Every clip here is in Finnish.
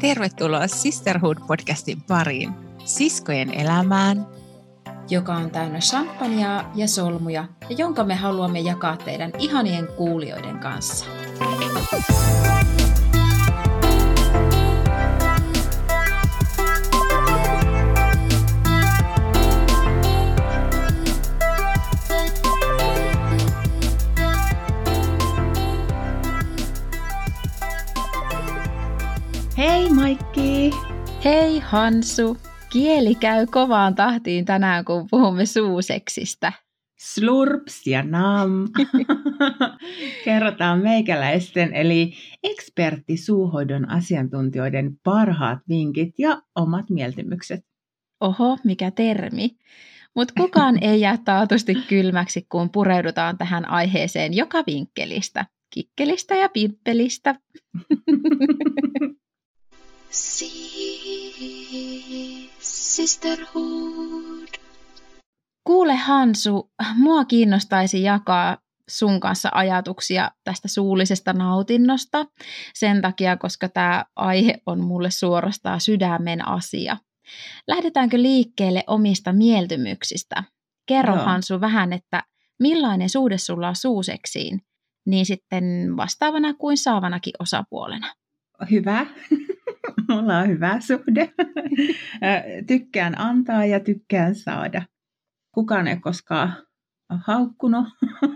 Tervetuloa Sisterhood-podcastin pariin, siskojen elämään, joka on täynnä champagnea ja solmuja ja jonka me haluamme jakaa teidän ihanien kuulijoiden kanssa. Hei Maikki! Hei Hansu! Kieli käy kovaan tahtiin tänään, kun puhumme suuseksistä. Slurps ja nam! Kerrotaan meikäläisten eli eksperttisuuhoidon asiantuntijoiden parhaat vinkit ja omat mieltymykset. Oho, mikä termi! Mutta kukaan ei jää taatusti kylmäksi, kun pureudutaan tähän aiheeseen joka vinkkelistä. Kikkelistä ja pimppelistä. Sisterhood. Kuule Hansu, mua kiinnostaisi jakaa sun kanssa ajatuksia tästä suullisesta nautinnosta sen takia, koska tämä aihe on mulle suorastaan sydämen asia. Lähdetäänkö liikkeelle omista mieltymyksistä? Kerro Hansu vähän, että millainen suhde sulla on suuseksiin, niin sitten vastaavana kuin saavanakin osapuolena. Hyvä. Mulla on hyvä suhde. Tykkään antaa ja tykkään saada. Kukaan ei koskaan haukkunut.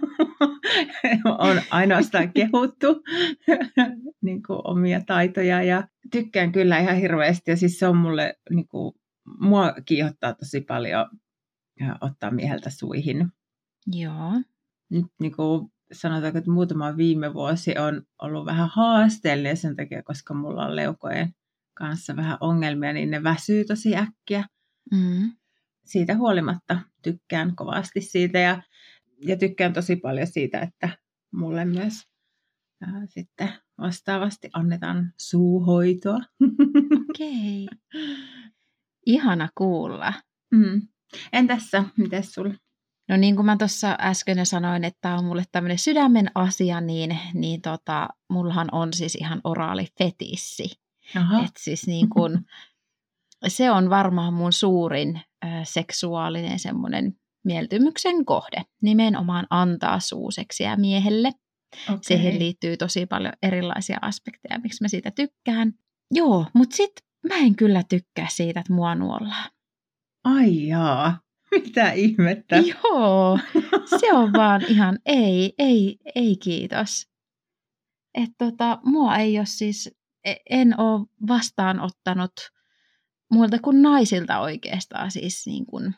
On ainoastaan kehuttu niin kuin omia taitoja ja tykkään kyllä ihan hirveästi. Ja siis se on mulle, niin kuin, mua kiihottaa tosi paljon ottaa mieheltä suihin. Joo. Nyt niin kuin sanotaanko, että muutama viime vuosi on ollut vähän haasteellinen sen takia, koska mulla on leukojen kanssa vähän ongelmia, niin ne väsyy tosi äkkiä. Mm. Siitä huolimatta tykkään kovasti siitä ja tykkään tosi paljon siitä, että mulle myös sitten vastaavasti annetaan suuhoitoa. Okei. Ihana kuulla. Entäs sä? Mites sulla? No niin kuin mä tuossa äsken sanoin, että tämä on mulle tämmöinen sydämen asia, niin mullahan on siis ihan oraalifetissi. Että siis niin kun, se on varmaan mun suurin seksuaalinen semmoinen mieltymyksen kohde. Nimenomaan antaa suuseksiä miehelle. Okay. Siihen liittyy tosi paljon erilaisia aspekteja, miksi mä siitä tykkään. Joo, mutta sitten mä en kyllä tykkää siitä, että mua nuollaan. Ai jaa, mitä ihmettä. Joo, se on vaan ihan ei kiitos. Että mua ei ole siis, en ole vastaanottanut muilta kuin naisilta oikeastaan siis niin kuin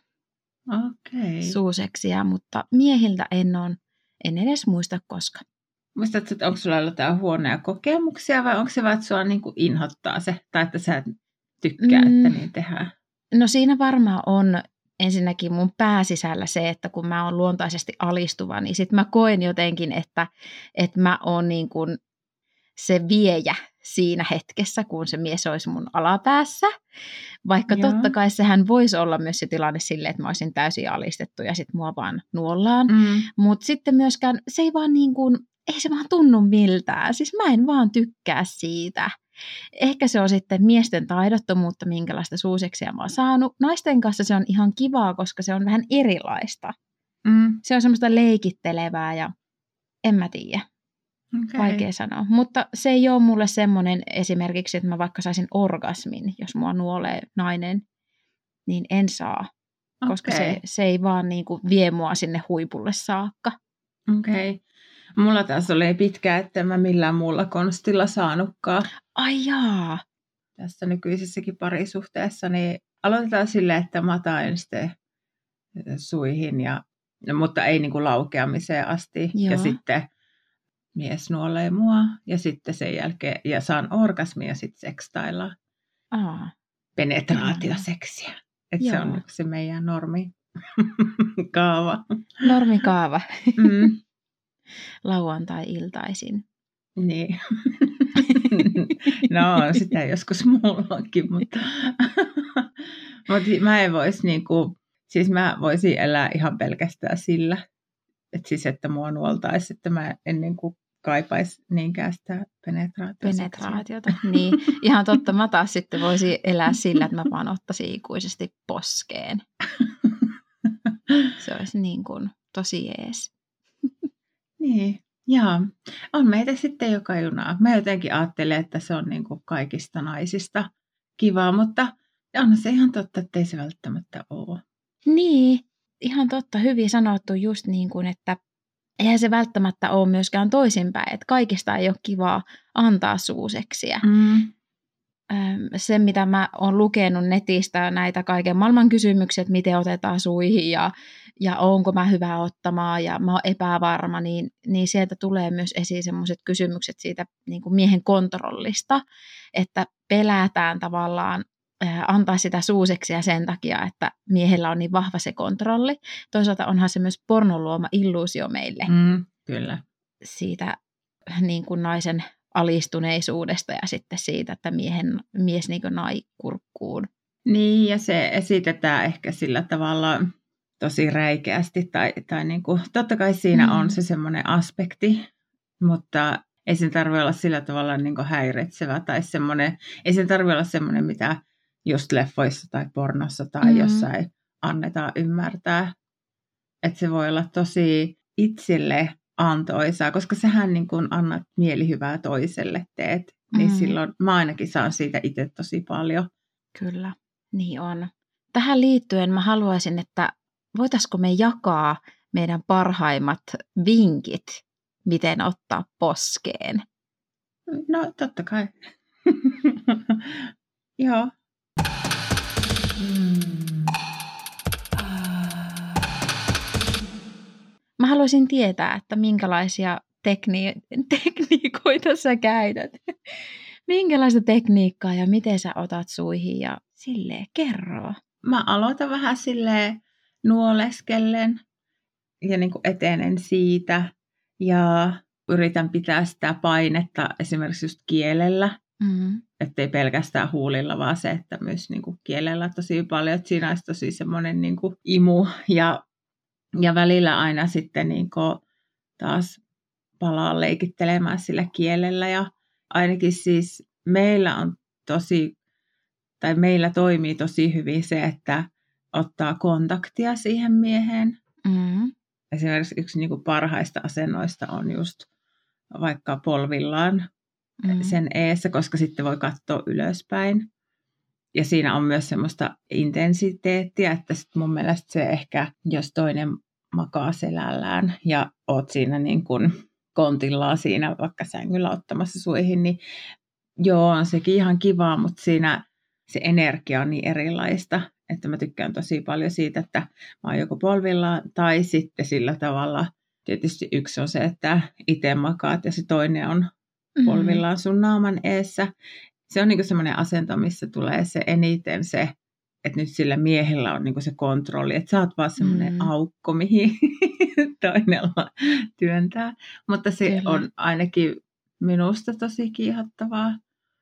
suuseksiä, mutta miehiltä en edes muista koska. Muistatko, että onko sulla ollut jotain huonoja kokemuksia vai onko se vaan, että sua niin kuin inhottaa se, tai että sä et tykkää, että niin tehdään? No siinä varmaan on ensinnäkin mun pääsisällä se, että kun mä oon luontaisesti alistuva, niin sit mä koen jotenkin, että mä oon niin kuin se viejä siinä hetkessä, kun se mies olisi mun alapäässä. Vaikka totta kai sehän voisi olla myös se tilanne silleen, että mä olisin täysin alistettu ja sit mua vaan nuollaan. Mutta sitten myöskään se ei vaan niin kuin, ei se vaan tunnu miltään. Siis mä en vaan tykkää siitä. Ehkä se on sitten miesten taidottomuutta, minkälaista suuseksia mä oon saanut. Naisten kanssa se on ihan kivaa, koska se on vähän erilaista. Se on semmoista leikittelevää ja en mä tiedä. Okay. Vaikea sanoa. Mutta se ei ole mulle semmoinen esimerkiksi, että mä vaikka saisin orgasmin, jos mua nuolee nainen, niin en saa. Koska se ei vaan niin kuin vie mua sinne huipulle saakka. Okei. Mulla taas oli pitkään, että mä millään muulla konstilla saanutkaan. Ai jaa. Tässä nykyisessäkin parisuhteessa, niin aloitetaan silleen, että mä tain sitten suihin, mutta ei niin kuin laukeamiseen asti. Joo. Ja sitten mies nuolee mua ja sitten sen jälkeen, ja saan orgasmia ja sitten sekstaillaan. Penetraatioseksiä. Että se on se meidän normikaava. Normikaava. Lauantai-iltaisin. Niin. No, sitä joskus mullakin, mutta mä en voisi niinku, siis mä voisin elää ihan pelkästään sillä, että siis että mua nuoltaisi, että mä en niinku kaipaisi niinkään sitä penetraatiota. Niin, ihan totta. Mä taas sitten voisin elää sillä, että mä vaan ottaisin ikuisesti poskeen. Se olisi niin kuin tosi jees. Niin, joo. On meitä sitten joka junaa. Mä jotenkin ajattelen, että se on niin kuin kaikista naisista kivaa, mutta on se ihan totta, että ei se välttämättä ole. Niin, ihan totta. Hyvin sanottu just niin kuin, että eihän se välttämättä ole myöskään toisinpäin, että kaikista ei ole kivaa antaa suuseksiä. Se, mitä mä oon lukenut netistä, näitä kaiken maailman kysymykset, miten otetaan suihin ja onko mä hyvä ottamaan ja mä oon epävarma, niin sieltä tulee myös esiin sellaiset kysymykset siitä niin kuin miehen kontrollista, että pelätään tavallaan antaa sitä suuseksia sen takia, että miehellä on niin vahva se kontrolli. Toisaalta onhan se myös pornon luoma illuusio meille. Kyllä. Siitä niin kuin naisen alistuneisuudesta ja sitten siitä, että mies niin kuin nai kurkkuun. Niin, ja se esitetään ehkä sillä tavalla tosi räikeästi, tai niin kuin, totta kai siinä on se semmoinen aspekti, mutta ei sen tarvitse olla sillä tavalla niin kuin häiritsevä, tai semmoinen, ei sen tarvitse olla semmoinen, mitä just leffoissa tai pornossa tai jossain annetaan ymmärtää, että se voi olla tosi itselle antoisaa, koska sähän niin kuin annat mielihyvää toiselle teet, niin silloin mä ainakin saan siitä itse tosi paljon. Kyllä, niin on. Tähän liittyen mä haluaisin, että voitaisiko me jakaa meidän parhaimmat vinkit, miten ottaa poskeen? No totta kai. Joo. Mä haluaisin tietää, että minkälaisia tekniikoita sä käytät. Minkälaista tekniikkaa ja miten sä otat suihin ja silleen kerro. Mä aloitan vähän silleen nuoleskellen ja niin kuin etenen siitä ja yritän pitää sitä painetta esimerkiksi just kielellä. Ettei pelkästään huulilla, vaan se, että myös niin kuin kielellä tosi paljon. Että siinä olisi tosi semmoinen niin kuin imu ja välillä aina sitten niin kuin taas palaa leikittelemään sillä kielellä. Ja ainakin siis meillä toimii tosi hyvin se, että ottaa kontaktia siihen mieheen. Esimerkiksi yksi niin kuin parhaista asennoista on just vaikka polvillaan sen eessä, koska sitten voi katsoa ylöspäin. Ja siinä on myös semmoista intensiteettiä, että sit mun mielestä se ehkä, jos toinen makaa selällään ja oot siinä niin kuin kontillaan siinä vaikka sängyllä ottamassa suihin, niin joo, on sekin ihan kivaa, mutta siinä se energia on niin erilaista, että mä tykkään tosi paljon siitä, että mä oon joko polvillaan tai sitten sillä tavalla, tietysti yksi on se, että itse makaat ja se toinen on polvillaan sun naaman eessä. Se on niinku semmoinen asento, missä tulee se eniten se, että nyt sillä miehellä on niinku se kontrolli, että sä oot vaan semmoinen aukko, mihin toinen työntää. Mutta se Kyllä. on ainakin minusta tosi kiihottavaa.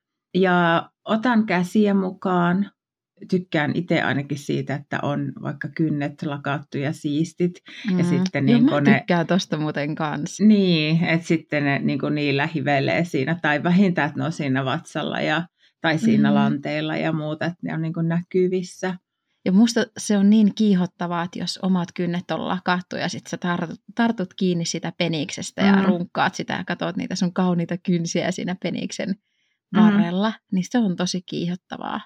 Ja otan käsiä mukaan. Tykkään itse ainakin siitä, että on vaikka kynnet lakattu ja siistit. Ja sitten niin mä tykkään tosta muuten kanssa. Niin, että sitten ne niillä hivelee siinä. Tai vähintään, että ne on siinä vatsalla tai siinä lanteilla ja muuta, että ne on niin kuin näkyvissä. Ja musta se on niin kiihottavaa, että jos omat kynnet on lakattu ja sitten sä tartut kiinni sitä peniksestä ja runkkaat sitä ja katsot niitä sun kauniita kynsiä siinä peniksen varrella, niin se on tosi kiihottavaa.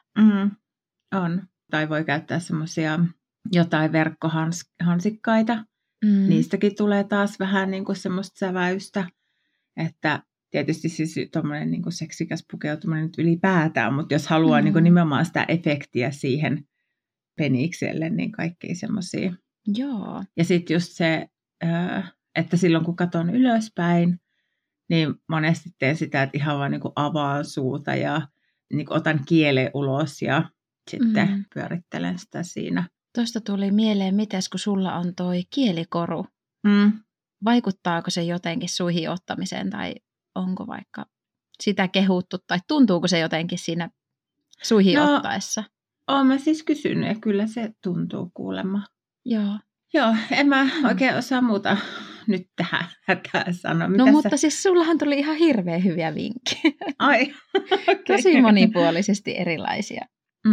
On. Tai voi käyttää semmoisia jotain verkkohansikkaita. Niistäkin tulee taas vähän niin kuin semmoista säväystä, että tietysti siis tuommoinen niin kuin seksikäs pukeutuminen nyt ylipäätään, mutta jos haluaa niin kuin nimenomaan sitä efektiä siihen penikselle, niin kaikkea semmoisia. Joo. Ja sitten just se, että silloin kun katson ylöspäin, niin monesti teen sitä, että ihan vaan niin kuin avaan suuta ja niin kuin otan kielen ulos ja sitten pyörittelen sitä siinä. Tuosta tuli mieleen, mites kun sulla on toi kielikoru. Vaikuttaako se jotenkin suihin ottamiseen tai onko vaikka sitä kehuttu tai tuntuuko se jotenkin siinä suihin ottaessa? Olen mä siis kysynyt ja kyllä se tuntuu kuulemma. Joo. Joo, en mä oikein osaa muuta nyt tähän hätään sano. No mutta siis sullahan tuli ihan hirveän hyviä vinkkejä. Ai, okay. Tosi monipuolisesti erilaisia.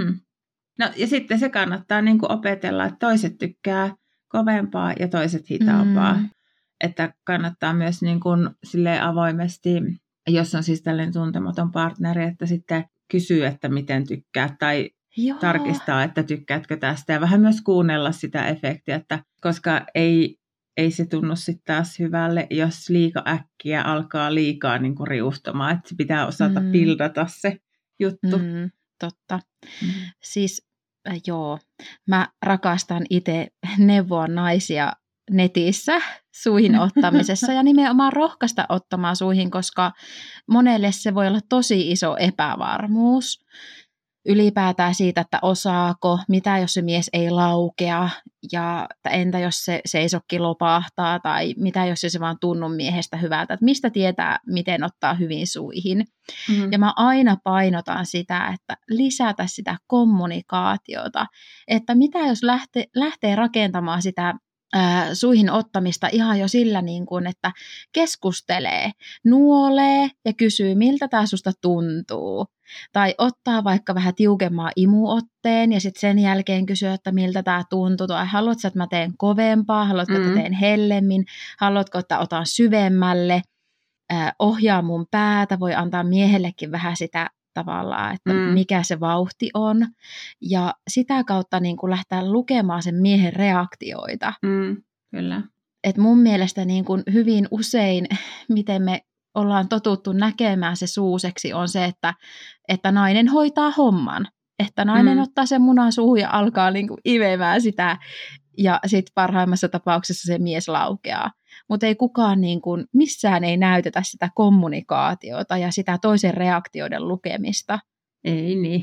No ja sitten se kannattaa niin kuin opetella, että toiset tykkää kovempaa ja toiset hitaampaa. Että kannattaa myös niin kuin silleen avoimesti, jos on siis tällainen tuntematon partneri, että sitten kysyy, että miten tykkää tai tarkistaa, että tykkäätkö tästä ja vähän myös kuunnella sitä efektiä, että koska ei se tunnu sitten taas hyvälle, jos liika äkkiä alkaa liikaa niin kuin riuhtamaan, että pitää osata pildata se juttu. Totta. Siis joo, mä rakastan itse neuvoa naisia netissä suihin ottamisessa ja nimenomaan rohkaista ottamaan suihin, koska monelle se voi olla tosi iso epävarmuus. Ylipäätään siitä, että osaako, mitä jos se mies ei laukea ja entä jos se seisokki lopahtaa tai mitä jos se vaan tunnu miehestä hyvältä, että mistä tietää, miten ottaa hyvin suihin. Ja mä aina painotan sitä, että lisätä sitä kommunikaatiota, että mitä jos lähtee rakentamaan sitä suihin ottamista ihan jo sillä, niin kuin, että keskustelee, nuolee ja kysyy, miltä tämä susta tuntuu. Tai ottaa vaikka vähän tiukemman imuotteen ja sitten sen jälkeen kysyä, että miltä tämä tuntuu. Tai haluatko, että mä teen kovempaa, haluatko, että teen hellemmin, haluatko, että otan syvemmälle, ohjaa mun päätä, voi antaa miehellekin vähän sitä tavallaan, että mikä se vauhti on. Ja sitä kautta niin kuin lähteä lukemaan sen miehen reaktioita. Kyllä. Et mun mielestä niin kuin hyvin usein, miten me ollaan totuttu näkemään se suuseksi, on se, että nainen hoitaa homman. Että nainen ottaa sen munan suuhun ja alkaa niin kuin imemään sitä. Ja sitten parhaimmassa tapauksessa se mies laukeaa. Mutta ei kukaan niin kuin, missään ei näytetä sitä kommunikaatiota ja sitä toisen reaktioiden lukemista. Ei niin.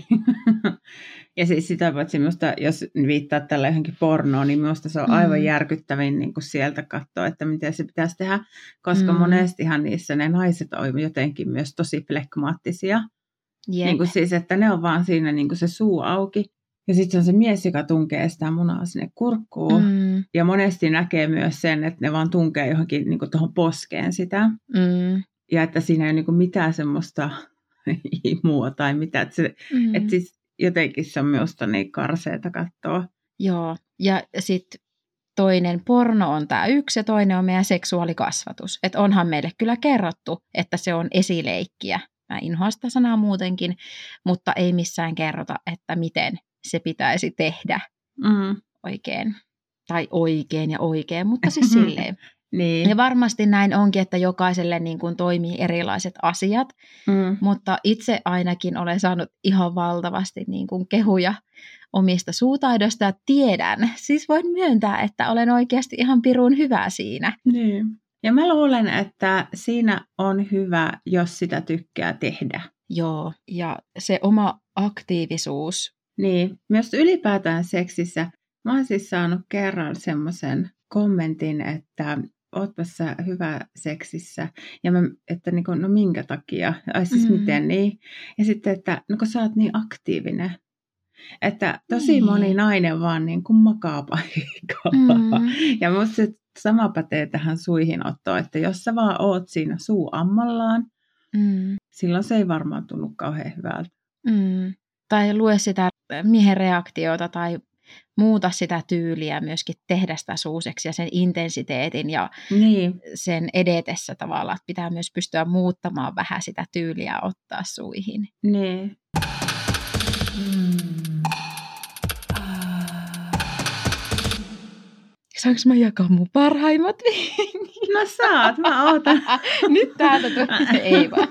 Ja siis sitä paitsi minusta, jos viittaa tällä johonkin pornoon, niin minusta se on aivan järkyttävin niin kuin sieltä katsoa, että miten se pitäisi tehdä, koska monestihan niissä ne naiset on jotenkin myös tosi flekmaattisia. Niin kuin siis, että ne on vaan siinä niin kuin se suu auki. Ja sitten on se mies, joka tunkee sitä munaa sinne kurkkuun. Ja monesti näkee myös sen, että ne vaan tunkee johonkin niin kuin tuohon poskeen sitä. Ja että siinä ei ole niin kuin mitään semmoista imua tai mitä. Että siis jotenkin se on minusta niin karseeta katsoa. Joo, ja sitten toinen porno on tämä yksi ja toinen on meidän seksuaalikasvatus. Että onhan meille kyllä kerrottu, että se on esileikkiä. Mä inhoan sitä sanaa muutenkin, mutta ei missään kerrota, että miten se pitäisi tehdä oikein. Tai oikein ja oikein, mutta siis silleen. Niin. Ja varmasti näin onkin, että jokaiselle niin kuin toimii erilaiset asiat, mutta itse ainakin olen saanut ihan valtavasti niin kuin kehuja omista suutaidosta ja tiedän. Siis voin myöntää, että olen oikeasti ihan pirun hyvä siinä. Niin. Ja mä luulen, että siinä on hyvä, jos sitä tykkää tehdä. Joo, ja se oma aktiivisuus. Niin, myös ylipäätään seksissä. Mä oon siis saanut kerran semmoisen kommentin, että ootpas sä hyvä seksissä. Ja että niin kuin, no minkä takia? Ai siis miten niin? Ja sitten, että no kun sä oot niin aktiivinen. Että tosi moni nainen vaan niin kuin makaa paikalla. Ja musta se sama pätee tähän suihinottoon, että jos sä vaan oot siinä suu ammallaan, silloin se ei varmaan tunnu kauhean hyvältä. Tai lue sitä miehen reaktiota tai muuta sitä tyyliä myöskin tehdä sitä suuseksi ja sen intensiteetin ja sen edetessä tavallaan, että pitää myös pystyä muuttamaan vähän sitä tyyliä ottaa suihin. Niin. Saanko mä jakaa mun parhaimmat vinkit? No saat, mä ootan. Nyt täältä tulee. Ei vaan.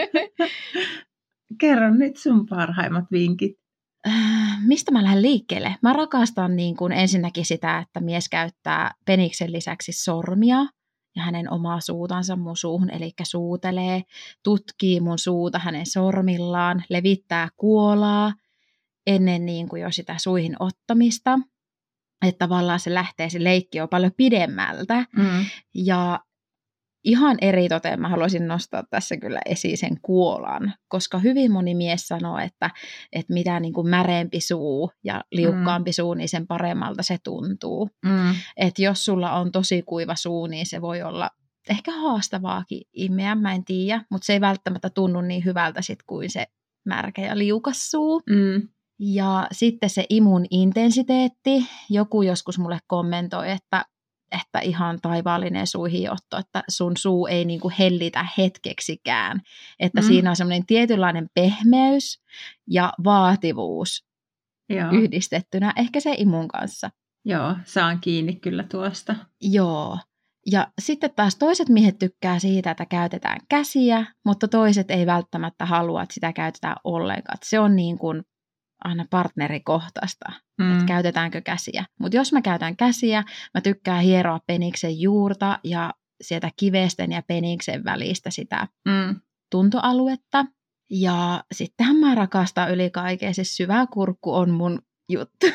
Kerro nyt sun parhaimmat vinkit. Mistä mä lähden liikkeelle? Mä rakastan niin kuin ensinnäkin sitä, että mies käyttää peniksen lisäksi sormia ja hänen omaa suutansa mun suuhun, eli suutelee, tutkii mun suuta hänen sormillaan, levittää kuolaa ennen niin kuin jo sitä suihin ottamista. Että tavallaan se leikki on paljon pidemmältä. Ja ihan eritoten mä haluaisin nostaa tässä kyllä esiin sen kuolan, koska hyvin moni mies sanoo, että mitä niin kuin märeempi suu ja liukkaampi suu, niin sen paremmalta se tuntuu. Että jos sulla on tosi kuiva suu, niin se voi olla ehkä haastavaakin imeä, mä en tiedä, mutta se ei välttämättä tunnu niin hyvältä sit kuin se märkä ja liukas suu. Ja sitten se imun intensiteetti. Joku joskus mulle kommentoi, että ihan taivaallinen suihinotto, että sun suu ei niinku hellitä hetkeksikään. Että siinä on semmoinen tietynlainen pehmeys ja vaativuus yhdistettynä ehkä se imun kanssa. Joo, saan kiinni kyllä tuosta. Joo. Ja sitten taas toiset miehet tykkää siitä, että käytetään käsiä, mutta toiset ei välttämättä halua, että sitä käytetään ollenkaan. Se on niin kuin aina partnerikohtaista, että käytetäänkö käsiä. Mutta jos mä käytän käsiä, mä tykkään hieroa peniksen juurta ja sieltä kivesten ja peniksen välistä sitä tuntoaluetta. Ja sittenhän mä rakastan yli kaiken, siis syvä kurkku on mun juttu.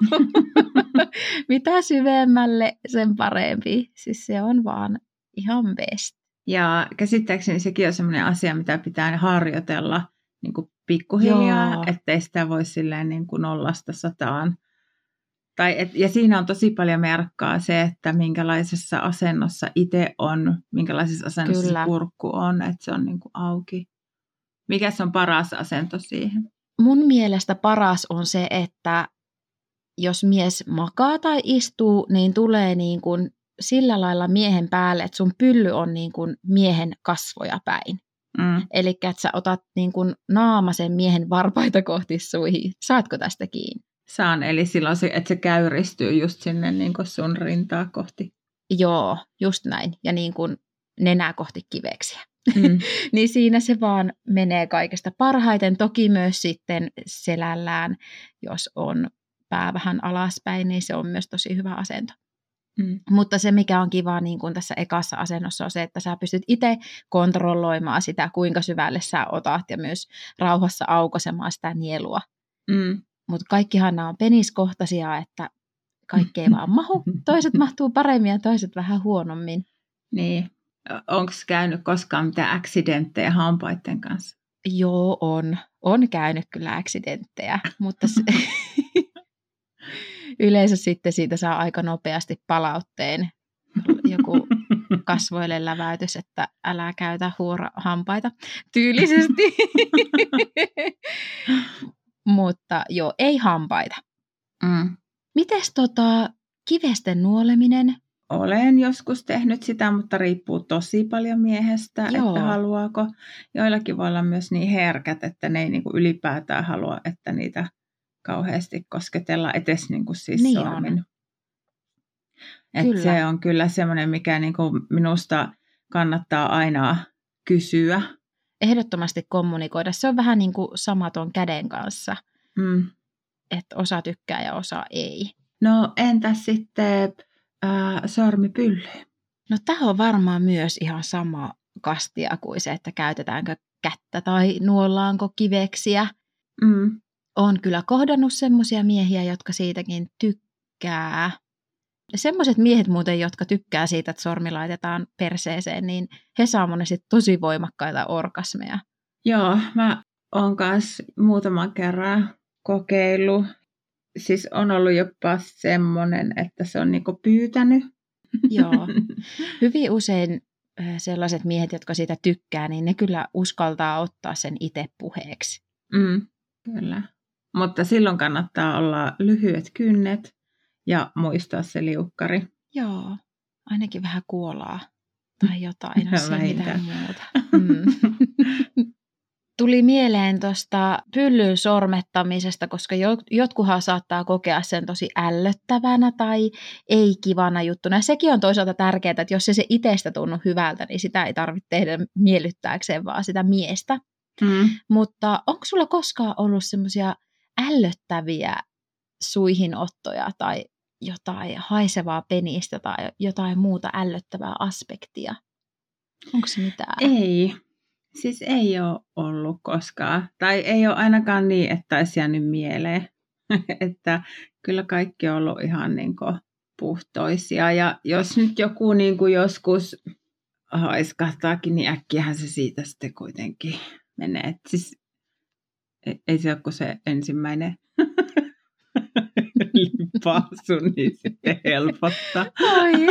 Mitä syvemmälle, sen parempi. Siis se on vaan ihan best. Ja käsittääkseni sekin on sellainen asia, mitä pitää harjoitella niin kuin pikkuhiljaa, ettei sitä voi silleen niin kuin 0–100. Ja siinä on tosi paljon merkkaa se, että minkälaisessa asennossa itse on, minkälaisessa asennossa se kurkku on, että se on niin kuin auki. Mikä se on paras asento siihen? Mun mielestä paras on se, että jos mies makaa tai istuu, niin tulee niin kuin sillä lailla miehen päälle, että sun pylly on niin kuin miehen kasvoja päin. Eli että sä otat niin kuin naamasen miehen varpaita kohti suihin. Saatko tästä kiinni? Saan, eli silloin se, että se käyristyy just sinne niin kuin sun rintaa kohti. Joo, just näin. Ja niin kuin nenää kohti kiveksiä. Niin siinä se vaan menee kaikesta parhaiten. Toki myös sitten selällään, jos on pää vähän alaspäin, niin se on myös tosi hyvä asento. Mutta se, mikä on kiva niin kuin tässä ekassa asennossa, on se, että sä pystyt itse kontrolloimaan sitä, kuinka syvälle sä otat ja myös rauhassa aukaisemaan sitä nielua. Mutta kaikkihan nämä on peniskohtaisia, että kaikki ei vaan mahu. Toiset mahtuu paremmin ja toiset vähän huonommin. Niin. Onko käynyt koskaan mitään accidenttejä hampaiden kanssa? Joo, on. On käynyt kyllä accidenttejä, mutta yleensä sitten siitä saa aika nopeasti palautteen. Joku kasvoille läväytys, että älä käytä hampaita tyylisesti. Mutta joo, ei hampaita. Mites kivesten nuoleminen? Olen joskus tehnyt sitä, mutta riippuu tosi paljon miehestä, että haluaako. Joillakin voi olla myös niin herkät, että ne ei niinku ylipäätään halua, että niitä kauheasti kosketella edes niinku siis niin sormin. Että se on kyllä semmoinen, mikä niinku minusta kannattaa aina kysyä. Ehdottomasti kommunikoida. Se on vähän niin kuin samaton käden kanssa, että osa tykkää ja osa ei. No entäs sitten sormipylly? No tämä on varmaan myös ihan sama kastia kuin se, että käytetäänkö kättä tai nuollaanko kiveksiä. Olen kyllä kohdannut semmoisia miehiä, jotka siitäkin tykkää. Semmoiset miehet muuten, jotka tykkää siitä, että sormi laitetaan perseeseen, niin he saa monesti tosi voimakkaita orgasmeja. Joo, mä oon kanssa muutaman kerran kokeillut. Siis on ollut jopa semmoinen, että se on niinku pyytänyt. Joo. Hyvin usein sellaiset miehet, jotka siitä tykkää, niin ne kyllä uskaltaa ottaa sen itse puheeksi. Kyllä. Mutta silloin kannattaa olla lyhyet kynnet ja muistaa se liukkari. Joo, ainakin vähän kuolaa tai jotain, jos ei mitään muuta. Tuli mieleen tuosta pyllyn sormettamisesta, koska jotkuhan saattaa kokea sen tosi ällöttävänä tai ei kivana juttuna. Ja sekin on toisaalta tärkeää, että jos se itsestä tunnu hyvältä, niin sitä ei tarvitse tehdä miellyttääkseen vaan sitä miestä. Mutta onko sulla koskaan ollut semmoisia ällöttäviä suihinottoja tai jotain haisevaa penistä tai jotain muuta ällöttävää aspektia? Onko se mitään? Ei. Siis ei ole ollut koskaan. Tai ei ole ainakaan niin, että olisi jäänyt mieleen. Että kyllä kaikki on ollut ihan niin kuin puhtoisia. Ja jos nyt joku niin kuin joskus haiskahtaakin, niin äkkiähän se siitä sitten kuitenkin menee. Et siis ei se ole kuin se ensimmäinen lipaasu, niin sitten helpottaa. Oi.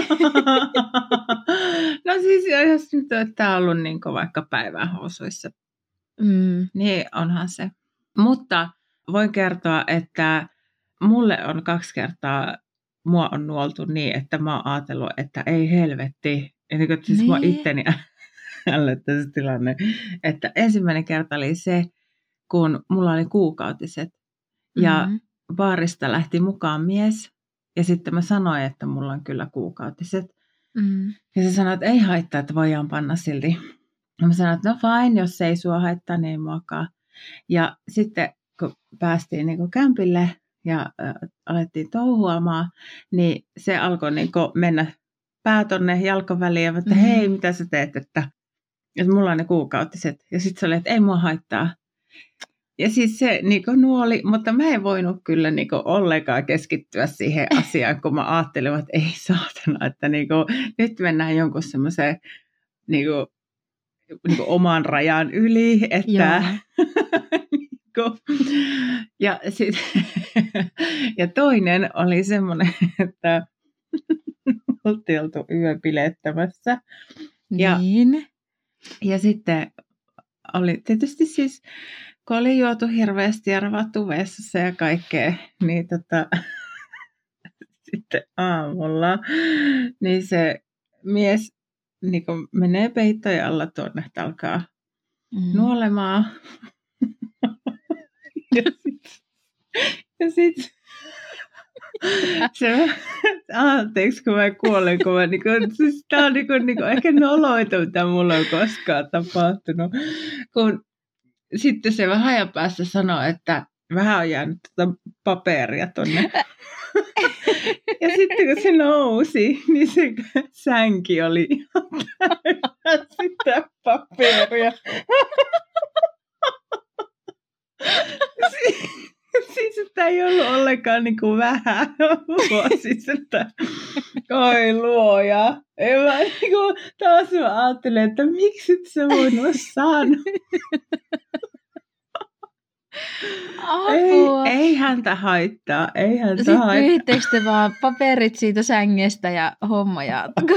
No siis jos nyt tämä on ollut niin vaikka päivänhousuissa, niin onhan se. Mutta voin kertoa, että mulle on 2 kertaa, mua on nuoltu niin, että mä oon ajatellut, että ei helvetti. Eli siis mua itteni ällöttää se tilanne. Että ensimmäinen kerta oli se, kun mulla oli kuukautiset. Ja baarista lähti mukaan mies. Ja sitten mä sanoin, että mulla on kyllä kuukautiset. Ja se sanoi, että ei haittaa, että voidaan panna silti. Ja mä sanoin, että no fine, jos ei sua haittaa, niin ei muakaan. Ja sitten kun päästiin niin kuin kämpille ja alettiin touhuamaan, niin se alkoi niin kuin mennä pää tonne jalkoväliin. Ja että hei, mitä sä teet, että mulla on ne kuukautiset. Ja sitten se oli, että ei mua haittaa. Ja siis se niin kuin nuoli, mutta mä en voinut kyllä niin kuin ollenkaan keskittyä siihen asiaan, kun mä ajattelin, että ei saatana, että niin kuin, nyt mennään jonkun semmoiseen niin kuin oman rajan yli. Että, ja, ja toinen oli semmoinen, että oltiin oltu yöpilettämässä. Ja sitten oli tietysti siis, kun oli juotu hirveästi ja ravattu vessassa ja kaikkea, niin sitten aamulla, niin se mies niin kun menee peittojen alla tuonne, että alkaa nuolemaan. ja sitten se, anteeksi kun mä kuolen, kun mä siis tää on ehkä noloita, mitä mulla on koskaan tapahtunut. Kun sitten se vähän ajan päästä sanoi, että vähän on jäänyt paperia tonne. Ja sitten kun se nousi, niin se sänki oli ihan täynnä sitä paperia. Siis että ei ollut ollenkaan niin kuin vähän siis, että oi luoja. Mä niin kuin, taas mä ajattelin, että miksi et sä voinut saada. Ei häntä haittaa. Ei häntä sitten haittaa. pyyttekö te vaan paperit siitä sängestä ja homma jatkuu?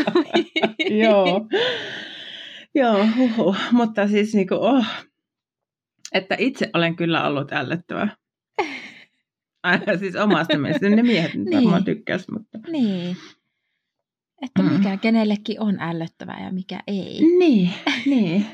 Joo, mutta siis niinku, että itse olen kyllä ollut ällöttävä. Aina siis omasta mielestä. Ne miehet varmaan tykkäs, mutta. Niin. Että mikä kenellekin on ällöttävää ja mikä ei. Niin.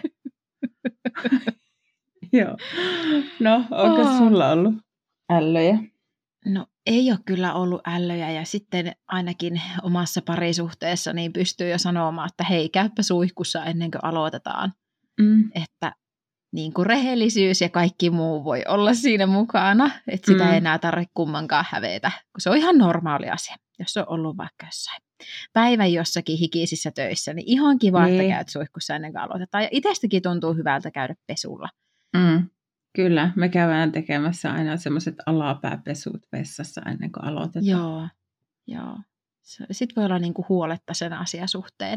Joo. No, onko sulla ollut ällöjä? No, ei ole kyllä ollut ällöjä ja sitten ainakin omassa parisuhteessa niin pystyy jo sanomaan, että hei, käyppä suihkussa ennen kuin aloitetaan. Että niin kuin rehellisyys ja kaikki muu voi olla siinä mukana, että sitä ei enää tarvitse kummankaan hävetä, kun se on ihan normaali asia, jos on ollut vaikka jossain päivän jossakin hikisissä töissä, niin ihan kiva, että käyt suihkussa ennen kuin aloitetaan. Ja itsestäkin tuntuu hyvältä käydä pesulla. Kyllä, me käydään tekemässä aina semmoiset alapääpesut vessassa ennen kuin aloitetaan. Joo. Sitten voi olla niinku huoletta sen asian suhteen.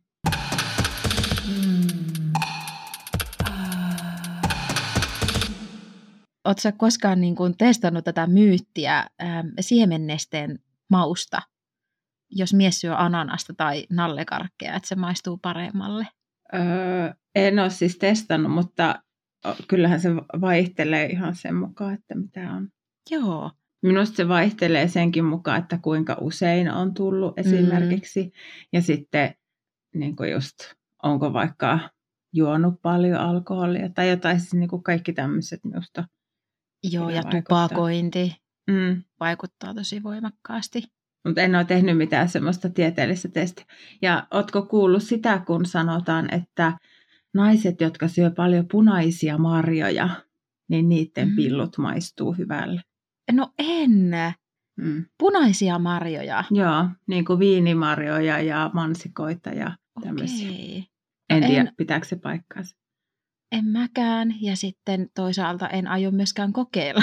Oletko sä koskaan niin kuin testannut tätä myyttiä siemennesteen mausta, jos mies syö ananasta tai nallekarkkeja, että se maistuu paremmalle? En ole siis testannut, mutta kyllähän se vaihtelee ihan sen mukaan, että mitä on. Joo. Minusta se vaihtelee senkin mukaan, että kuinka usein on tullut esimerkiksi. Ja sitten niin kuin just, onko vaikka juonut paljon alkoholia tai jotain, siis niin kuin kaikki tämmöiset minusta. Joo, ja tupakointi vaikuttaa tosi voimakkaasti. Mutta en ole tehnyt mitään semmoista tieteellistä testiä. Ja ootko kuullut sitä, kun sanotaan, että naiset, jotka syö paljon punaisia marjoja, niin niiden pillut maistuu hyvälle? No en. Punaisia marjoja? Joo, niin kuin viinimarjoja ja mansikoita ja tämmöisiä. En tiedä, pitääkö se paikkaansa. En mäkään, ja sitten toisaalta en aio myöskään kokeilla.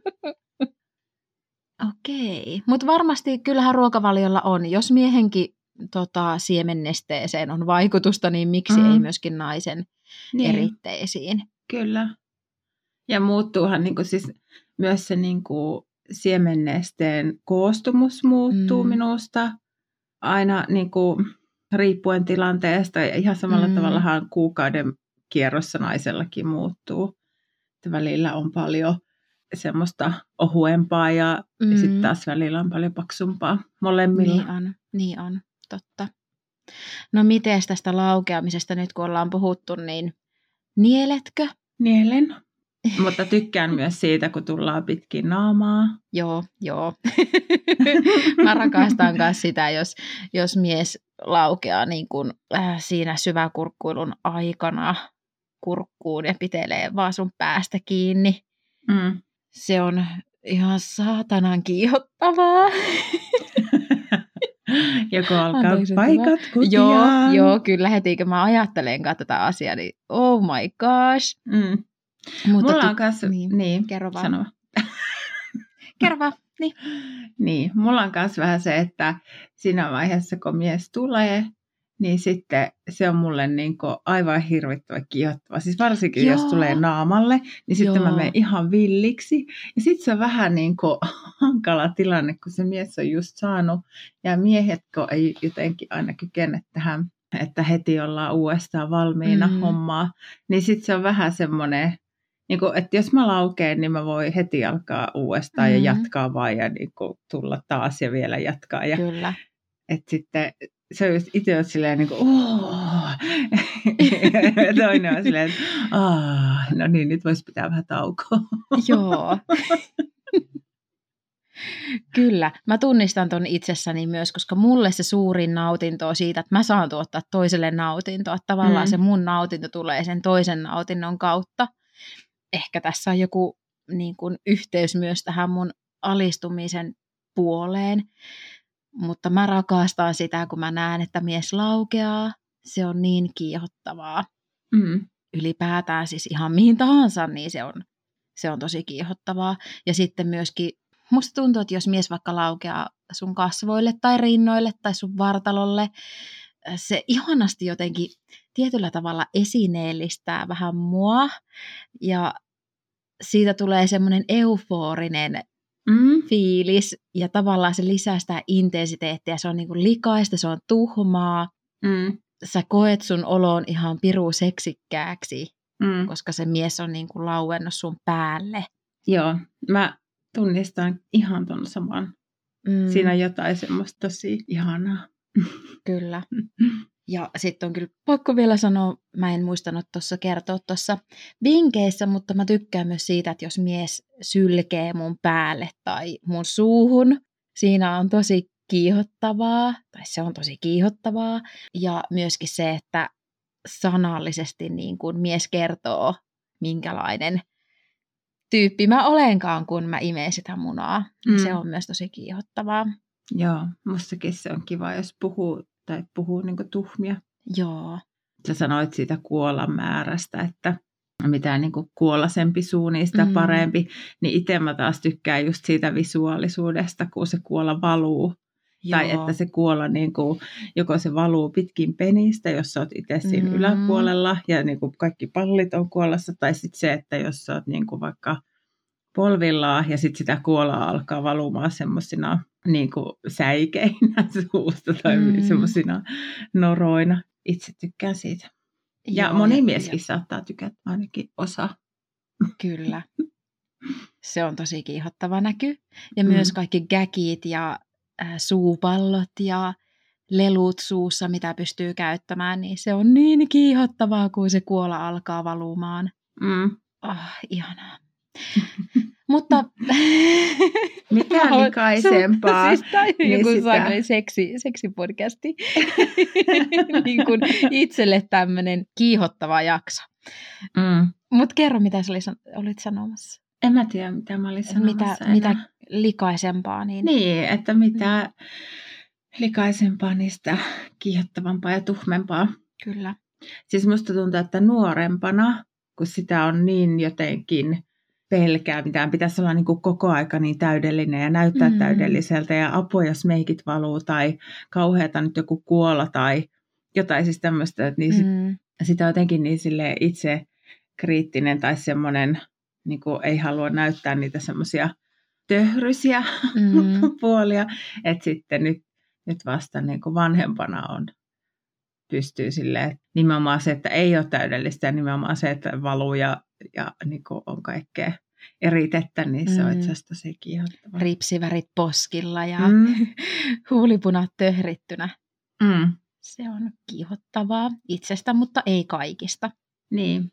Okei, mutta varmasti kyllähän ruokavaliolla on. Jos miehenkin siemennesteeseen on vaikutusta, niin miksi ei myöskin naisen eritteisiin. Kyllä. Ja muuttuuhan niin kuin siis myös se niin kuin siemennesteen koostumus muuttuu minusta aina niin kuin riippuen tilanteesta. Ja ihan samalla tavallahan kuukauden kierrossa naisellakin muuttuu. Että välillä on paljon semmoista ohuempaa ja sitten taas välillä on paljon paksumpaa molemmilla. Niin on, totta. No miten tästä laukeamisesta nyt kun ollaan puhuttu, niin nieletkö? Nielen. Mutta tykkään myös siitä, kun tullaan pitkin naamaa. Joo. Mä rakastan myös sitä, jos mies laukeaa niin kuin, siinä syväkurkkuilun aikana kurkkuun ja pitelee vaan sun päästä kiinni. Se on ihan saatanan kiihottavaa. Joko alkaa paikat kutiaan. Joo, kyllä heti kun mä ajattelenkaan tätä asiaa, niin oh my gosh. Mutta mulla on kanssa, kerro vaan. Sano. Kerro vaan, niin. Niin, mulla on kanssa vähän se, että siinä vaiheessa kun mies tulee, niin sitten se on mulle niin kuin aivan hirvittävän kiihottava. Siis varsinkin jos tulee naamalle, niin sitten mä menen ihan villiksi. Ja sitten se on vähän niin kuin hankala tilanne, kun se mies on just saanut. Ja miehetkö ei jotenkin aina kykene tähän, että heti ollaan uudestaan valmiina hommaa. Niin sitten se on vähän semmoinen, niin kuin, että jos mä laukeen, niin mä voin heti alkaa uudestaan ja jatkaa vaan ja niin kuin tulla taas ja vielä jatkaa. Ja, kyllä. että sitten se on just itse on silleen niin kuin, toinen on silleen, että no niin, nyt voisi pitää vähän taukoa. Joo. Kyllä, mä tunnistan ton itsessäni myös, koska mulle se suurin nautinto on siitä, että mä saan tuottaa toiselle nautintoa. Tavallaan se mun nautinto tulee sen toisen nautinnon kautta. Ehkä tässä on joku niin kuin, yhteys myös tähän mun alistumisen puoleen. Mutta mä rakastan sitä, kun mä näen, että mies laukeaa. Se on niin kiihottavaa. Ylipäätään siis ihan mihin tahansa, niin se on tosi kiihottavaa. Ja sitten myöskin musta tuntuu, että jos mies vaikka laukeaa sun kasvoille tai rinnoille tai sun vartalolle, se ihanasti jotenkin tietyllä tavalla esineellistää vähän mua. Ja siitä tulee semmoinen euforinen fiilis ja tavallaan se lisää sitä intensiteettiä. Se on niinku likaista, se on tuhmaa. Sä koet sun olon ihan piru seksikkääksi, koska se mies on niinku lauennut sun päälle. Joo, mä tunnistan ihan ton saman. Siinä on jotain semmoista tosi ihanaa. Kyllä. Ja sitten on kyllä pakko vielä sanoa, mä en muistanut tuossa kertoa tuossa vinkeissä, mutta mä tykkään myös siitä, että jos mies sylkee mun päälle tai mun suuhun, siinä on tosi kiihottavaa, tai se on tosi kiihottavaa. Ja myöskin se, että sanallisesti niin kun mies kertoo, minkälainen tyyppi mä olenkaan, kun mä imeen sitä munaa. Se on myös tosi kiihottavaa. Joo, mustakin se on kiva, jos puhuu niin kuin tuhmia. Joo. Sä sanoit siitä kuolan määrästä, että mitä niin kuin kuolasempi suu, niin sitä parempi. Niin itse mä taas tykkään just siitä visuaalisuudesta, kun se kuola valuu. Joo. Tai että se kuola, niin kuin, joko se valuu pitkin penistä, jos sä oot itse siinä yläpuolella ja niin kuin kaikki pallit on kuolassa. Tai sitten se, että jos sä oot niin kuin vaikka polvillaan ja sitten sitä kuolaa alkaa valumaan semmoisina niin kuin säikeinä suusta tai semmoisina noroina. Itse tykkään siitä. Ja moni mieskin saattaa tykätä, ainakin osa. Kyllä. Se on tosi kiihottava näky. Ja myös kaikki gäkit ja suupallot ja lelut suussa, mitä pystyy käyttämään, niin se on niin kiihottavaa, kun se kuola alkaa valumaan. Ihanaa. Mutta mitä likaisempaa? Siis tämä on joku seksipodcasti. Niin kuin itselle tämmöinen kiihottava jakso. Mutta kerro, mitä sä olit sanomassa. En mä tiedä, mitä mä olin sanomassa. Mitä likaisempaa. Niin, että mitä likaisempaa, niistä kiihottavampaa ja tuhmempaa. Kyllä. Siis musta tuntuu, että nuorempana, kun sitä on niin jotenkin pelkää mitään. Pitäisi olla niin kuin koko aika niin täydellinen ja näyttää täydelliseltä ja apua, jos meikit valuu tai kauheata nyt joku kuolla tai jotain siis tämmöistä. Että niin sitä jotenkin niin silleen itse kriittinen tai semmoinen, niin kuin ei halua näyttää niitä semmoisia töhrysiä puolia. Että sitten nyt vasta niin kuin vanhempana pystyy silleen, nimenomaan se, että ei ole täydellistä ja nimenomaan se, että valuu ja niin kuin on kaikkea eritettä, niin se on itse asiassa tosi kiihottavaa. Ripsivärit poskilla ja huulipunat töhrittynä. Se on kiihottavaa itsestä, mutta ei kaikista. Niin.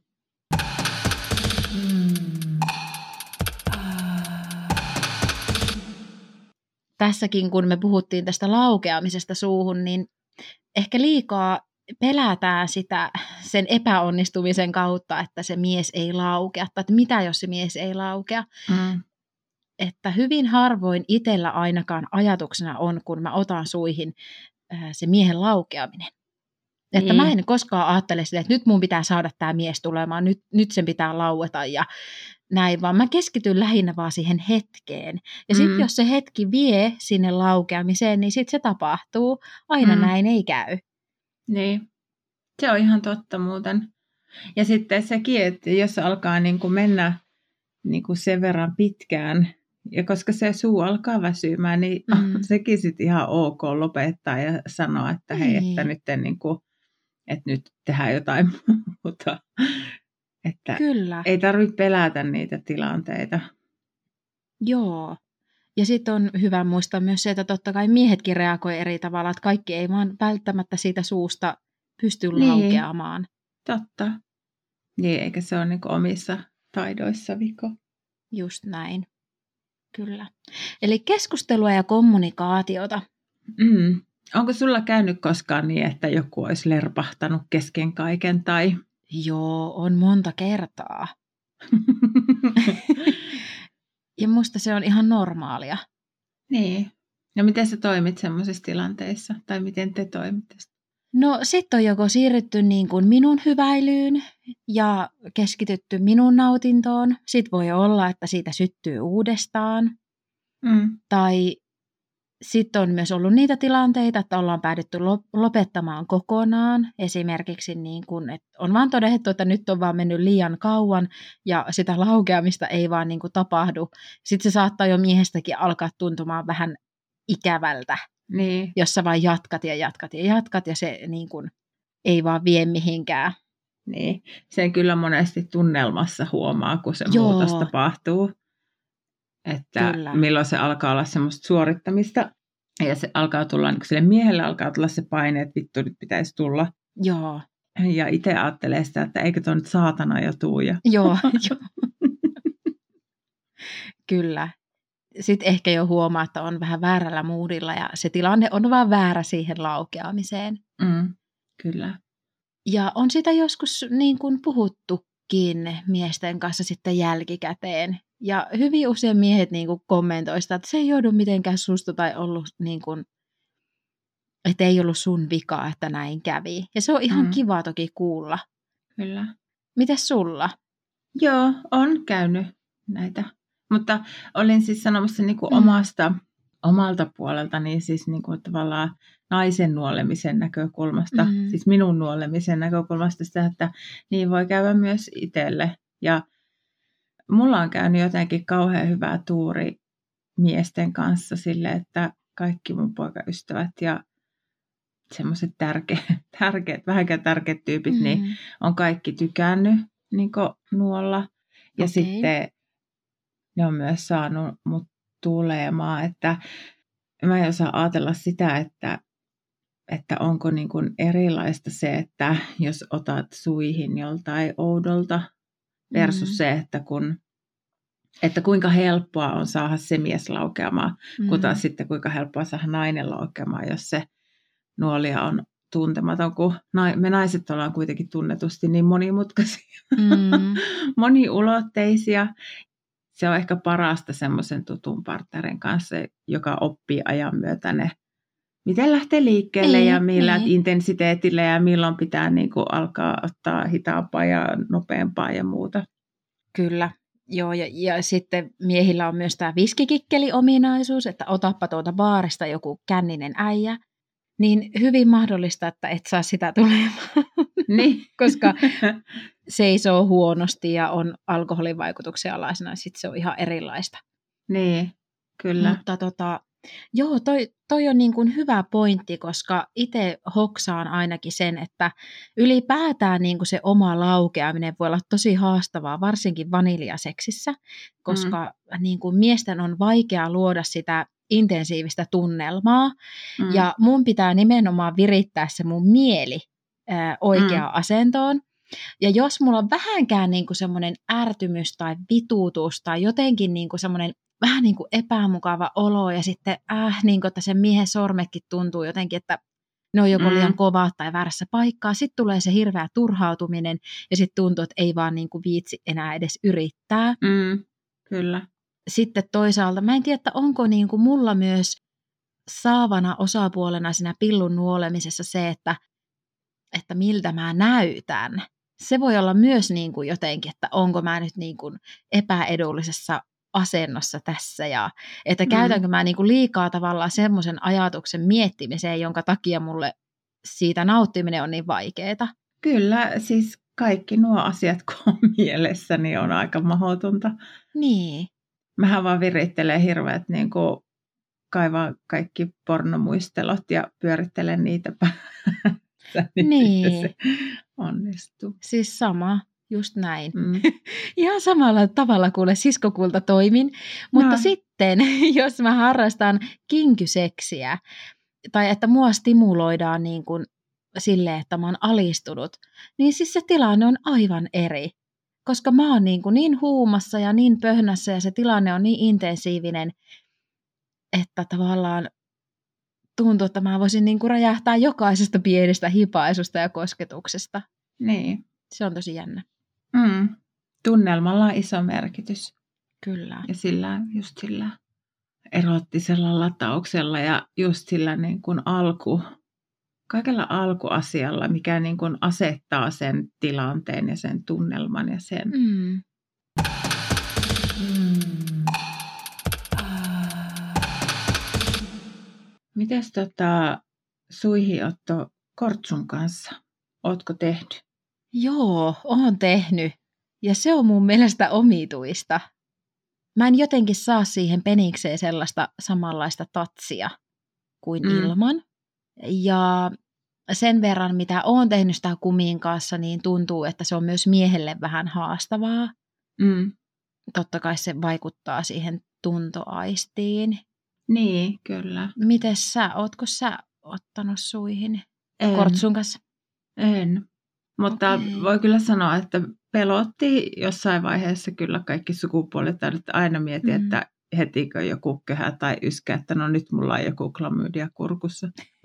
Tässäkin, kun me puhuttiin tästä laukeamisesta suuhun, niin ehkä liikaa pelätään sitä sen epäonnistumisen kautta, että se mies ei laukea, tai että mitä jos se mies ei laukea. Että hyvin harvoin itsellä ainakaan ajatuksena on, kun mä otan suihin se miehen laukeaminen. Että mä en koskaan ajattele sitä, että nyt mun pitää saada tämä mies tulemaan, nyt sen pitää laueta ja näin, vaan mä keskityn lähinnä vaan siihen hetkeen. Ja sitten jos se hetki vie sinne laukeamiseen, niin sitten se tapahtuu. Aina näin ei käy. Niin, se on ihan totta muuten. Ja sitten sekin, että jos alkaa niin kuin mennä niin kuin sen verran pitkään, ja koska se suu alkaa väsymään, niin sekin sitten ihan ok lopettaa ja sanoa, että hei, että nyt tehdään jotain muuta. Että kyllä. Ei tarvitse pelätä niitä tilanteita. Joo. Ja sitten on hyvä muistaa myös se, että totta kai miehetkin reagoi eri tavalla, että kaikki ei vaan välttämättä siitä suusta pysty laukeamaan. Totta. Niin, eikä se ole niin kuin omissa taidoissa viko. Just näin. Kyllä. Eli keskustelua ja kommunikaatiota. Onko sulla käynyt koskaan niin, että joku olisi lerpahtanut kesken kaiken tai... Joo, on monta kertaa. Ja musta se on ihan normaalia. Niin. No miten sä toimit semmoisissa tilanteissa? Tai miten te toimitte? No sit on joko siirrytty niin kuin minun hyväilyyn ja keskitytty minun nautintoon. Sit voi olla, että siitä syttyy uudestaan. Tai sitten on myös ollut niitä tilanteita, että ollaan päädytty lopettamaan kokonaan. Esimerkiksi niin kuin, että on vaan todettu, että nyt on vaan mennyt liian kauan ja sitä laukeamista ei vaan niin kuin tapahdu. Sitten se saattaa jo miehestäkin alkaa tuntumaan vähän ikävältä, jos sä vaan jatkat ja se niin kuin ei vaan vie mihinkään. Niin, sen kyllä monesti tunnelmassa huomaa, kun se muutos tapahtuu. Että kyllä. Milloin se alkaa olla semmoista suorittamista ja se alkaa tulla, niin sille miehelle alkaa tulla se paine, että vittu nyt pitäisi tulla. Joo. Ja itse ajattelee sitä, että eikö tuo nyt saatana jo tuu. Joo. Kyllä. Sitten ehkä jo huomaa, että on vähän väärällä moodilla ja se tilanne on vaan väärä siihen laukeamiseen. Kyllä. Ja on sitä joskus niin kuin puhuttukin miesten kanssa sitten jälkikäteen. Ja hyvin usein miehet niin kuin kommentoi sitä, että se ei joudu mitenkään susta tai ollut niin kuin, että ei ollut sun vika, että näin kävi. Ja se on ihan kiva toki kuulla. Kyllä. Mites sulla? Joo, on käynyt näitä. Mutta olin siis sanomassa niin kuin omalta puolelta, niin siis niin kuin tavallaan naisen nuolemisen näkökulmasta, siis minun nuolemisen näkökulmasta sitä, että niin voi käydä myös itselle. Ja mulla on käynyt jotenkin kauhean hyvää tuuri miesten kanssa sille, että kaikki mun poikaystävät ja semmoiset tärkeät, vähänkään tärkeät tyypit, niin on kaikki tykännyt niin kuin nuolla. Ja sitten ne on myös saanut mut tulemaan, että mä en osaa ajatella sitä, että onko niin kuin erilaista se, että jos otat suihin joltain oudolta versus se, että kuinka helppoa on saada se mies laukeamaan, kun taas sitten kuinka helppoa saada nainen laukeamaan, jos se nuolija on tuntematon, kun me naiset ollaan kuitenkin tunnetusti niin monimutkaisia, moniulotteisia. Se on ehkä parasta semmoisen tutun partnerin kanssa, joka oppii ajan myötä ne, miten lähtee liikkeelle ja millä intensiteetillä ja milloin pitää niin kuin alkaa ottaa hitaampaa ja nopeampaa ja muuta. Kyllä. Joo, ja sitten miehillä on myös tämä viskikikkeli-ominaisuus, että otappa tuolta baarista joku känninen äijä, niin hyvin mahdollista, että et saa sitä tulemaan, Niin. koska seisoo huonosti ja on alkoholin vaikutuksen alaisena, sitten se on ihan erilaista. Niin, kyllä. Mutta joo, toi on niin kuin hyvä pointti, koska itse hoksaan ainakin sen, että ylipäätään niin kuin se oma laukeaminen voi olla tosi haastavaa, varsinkin vaniljaseksissä, koska niin kuin miesten on vaikea luoda sitä intensiivistä tunnelmaa, ja mun pitää nimenomaan virittää se mun mieli oikeaan asentoon. Ja jos mulla on vähänkään niin kuin semmoinen ärtymys tai vituutus tai jotenkin niin kuin semmoinen vähän niin kuin epämukava olo ja sitten niin kuin, että sen miehen sormetkin tuntuu jotenkin, että ne on joko liian kovaa tai väärässä paikkaa. Sitten tulee se hirveä turhautuminen ja sitten tuntuu, että ei vaan niin kuin viitsi enää edes yrittää. Kyllä. Sitten toisaalta mä en tiedä, että onko niin kuin mulla myös saavana osapuolena siinä pillun nuolemisessa se, että miltä mä näytän. Se voi olla myös niin kuin jotenkin, että onko mä nyt niin kuin epäedullisessa asennossa tässä ja että käytänkö mä niin kuin liikaa tavallaan semmoisen ajatuksen miettimiseen, jonka takia mulle siitä nauttiminen on niin vaikeaa. Kyllä, siis kaikki nuo asiat, kun on mielessä, niin on aika mahdotonta. Niin. Mähän vaan virittelen hirveät niin kuin kaivaa kaikki pornomuistelot ja pyörittelen niitä niin. Se onnistuu. Siis sama, just näin. Ihan samalla tavalla kuule siskokulta toimin, mutta sitten jos mä harrastan kinkyseksiä tai että mua stimuloidaan niin kuin silleen, että mä oon alistunut, niin siis se tilanne on aivan eri. Koska mä oon niin huumassa ja niin pöhnässä ja se tilanne on niin intensiivinen, että tavallaan tuntuu, että mä voisin niin kuin räjähtää jokaisesta pienestä hipaisusta ja kosketuksesta. Niin. Se on tosi jännä. Tunnelmalla on iso merkitys. Kyllä. Ja just sillä erottisella latauksella ja just sillä niin kuin kaikella alkuasialla, mikä niin kuin asettaa sen tilanteen ja sen tunnelman ja sen. Mites suihinotto kortsun kanssa? Ootko tehnyt? Joo, oon tehnyt. Ja se on mun mielestä omituista. Mä en jotenkin saa siihen penikseen sellaista samanlaista tatsia kuin ilman. Ja sen verran, mitä oon tehnyt sitä kumin kanssa, niin tuntuu, että se on myös miehelle vähän haastavaa. Totta kai se vaikuttaa siihen tuntoaistiin. Niin, kyllä. Mites ootko sä ottanut suihin kortsun kanssa? En. Mutta voi kyllä sanoa, että pelotti jossain vaiheessa kyllä kaikki sukupuolet. Että aina mietin, että hetikö joku kehä tai yskä, että no nyt mulla on joku klamydia kurkussa.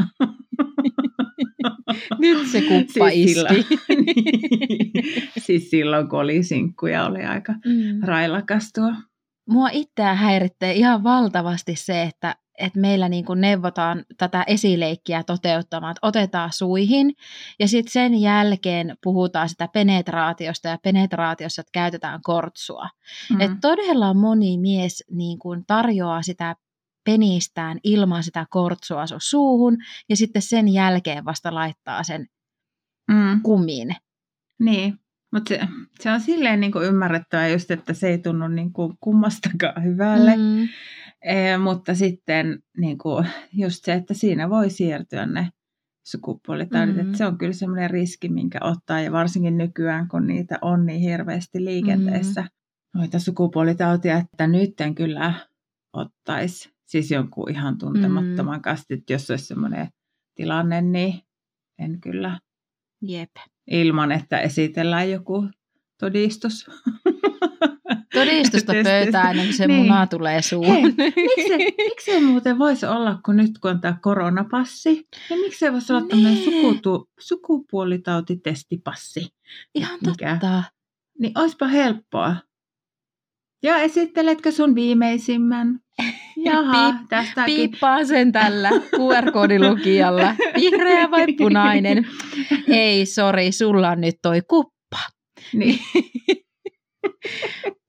Nyt se kuppa iski. Siis silloin, kun oli sinkku ja oli aika railakas tuo. Mua itseä häiritsee ihan valtavasti se, että meillä niin kuin neuvotaan tätä esileikkiä toteuttamaan, että otetaan suihin ja sitten sen jälkeen puhutaan sitä penetraatiosta ja penetraatiossa että käytetään kortsua. Että todella moni mies niin kuin tarjoaa sitä penistään ilman sitä kortsua sun suuhun ja sitten sen jälkeen vasta laittaa sen kumin. Niin. Mutta se on silleen niin kuin ymmärrettävä just, että se ei tunnu niin kuin kummastakaan hyvälle. Mutta sitten niin kuin just se, että siinä voi siirtyä ne sukupuolitaudit. Että se on kyllä semmoinen riski, minkä ottaa. Ja varsinkin nykyään, kun niitä on niin hirveästi liikenteessä, noita sukupuolitautia, että nyt en kyllä ottaisi siis jonkun ihan tuntemattoman kanssa. Että jos olisi semmoinen tilanne, niin en kyllä. Jep. Ilman, että esitellään joku todistus. Todistusta pöytään, ennen kuin se muna tulee suuhun. Miksi se muuten voisi olla, kun nyt kun on tämä koronapassi, ja miksi se voisi olla tämmöinen sukupuolitautitestipassi? Ihan totta. Niin olisipa helppoa. Ja esitteletkö sun viimeisimmän? Jaha, tästäkin. Piippaa sen tällä QR-koodilukijalla. Vihreä vai punainen? Ei, sori, sulla on nyt toi kuppa. Niin.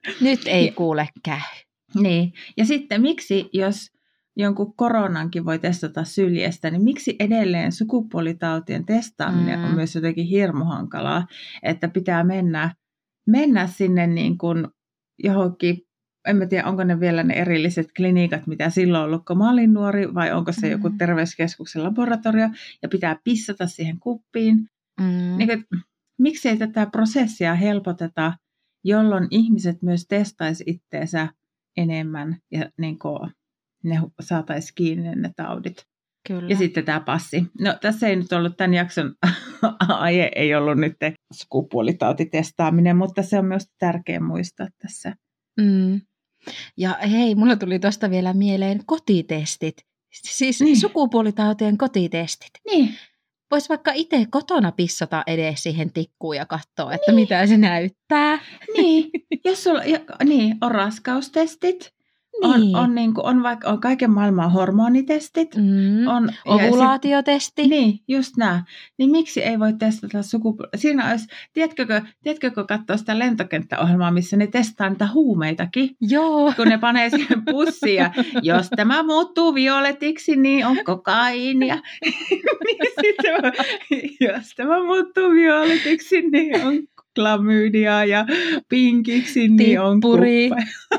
Nyt ei kuule käy. Niin, ja sitten miksi, jos jonkun koronankin voi testata syljestä, niin miksi edelleen sukupuolitautien testaaminen on myös jotenkin hirmu hankalaa, että pitää mennä sinne niin kuin johonkin, en mä tiedä, onko ne vielä ne erilliset klinikat, mitä silloin on ollut, kun mä olin nuori, vai onko se joku terveyskeskuksen laboratorio, ja pitää pissata siihen kuppiin. Niin kuin, miksei tätä prosessia helpoteta, jolloin ihmiset myös testaisi itteensä enemmän ja niin kuin ne saataisiin kiinni ne taudit. Kyllä. Ja sitten tämä passi. No tässä ei nyt ollut tämän jakson aihe, ei ollut nyt sukupuolitautitestaaminen, mutta se on myös tärkeä muistaa tässä. Ja hei, mulla tuli tuosta vielä mieleen kotitestit. Siis sukupuolitautien kotitestit. Niin. Voisi vaikka itse kotona pissata edes siihen tikkuun ja katsoa, että mitä se näyttää. Niin, jos sulla on raskaustestit, on vaikka on kaiken maailman hormonitestit, on ovulaatiotesti. Niin, just nämä. Niin miksi ei voi testata sukupuolta? Siinä olisi, tiedätkö kun katsoo sitä lentokenttäohjelmaa, missä ne testaa niitä huumeitakin, Joo. kun ne panee siihen pussiin ja jos tämä muuttuu violetiksi, niin on kokaiinia. Niin sitten, jos tämä muuttuu violetiksi, niin on klamydia ja pinkiksi, niin on Tippuri.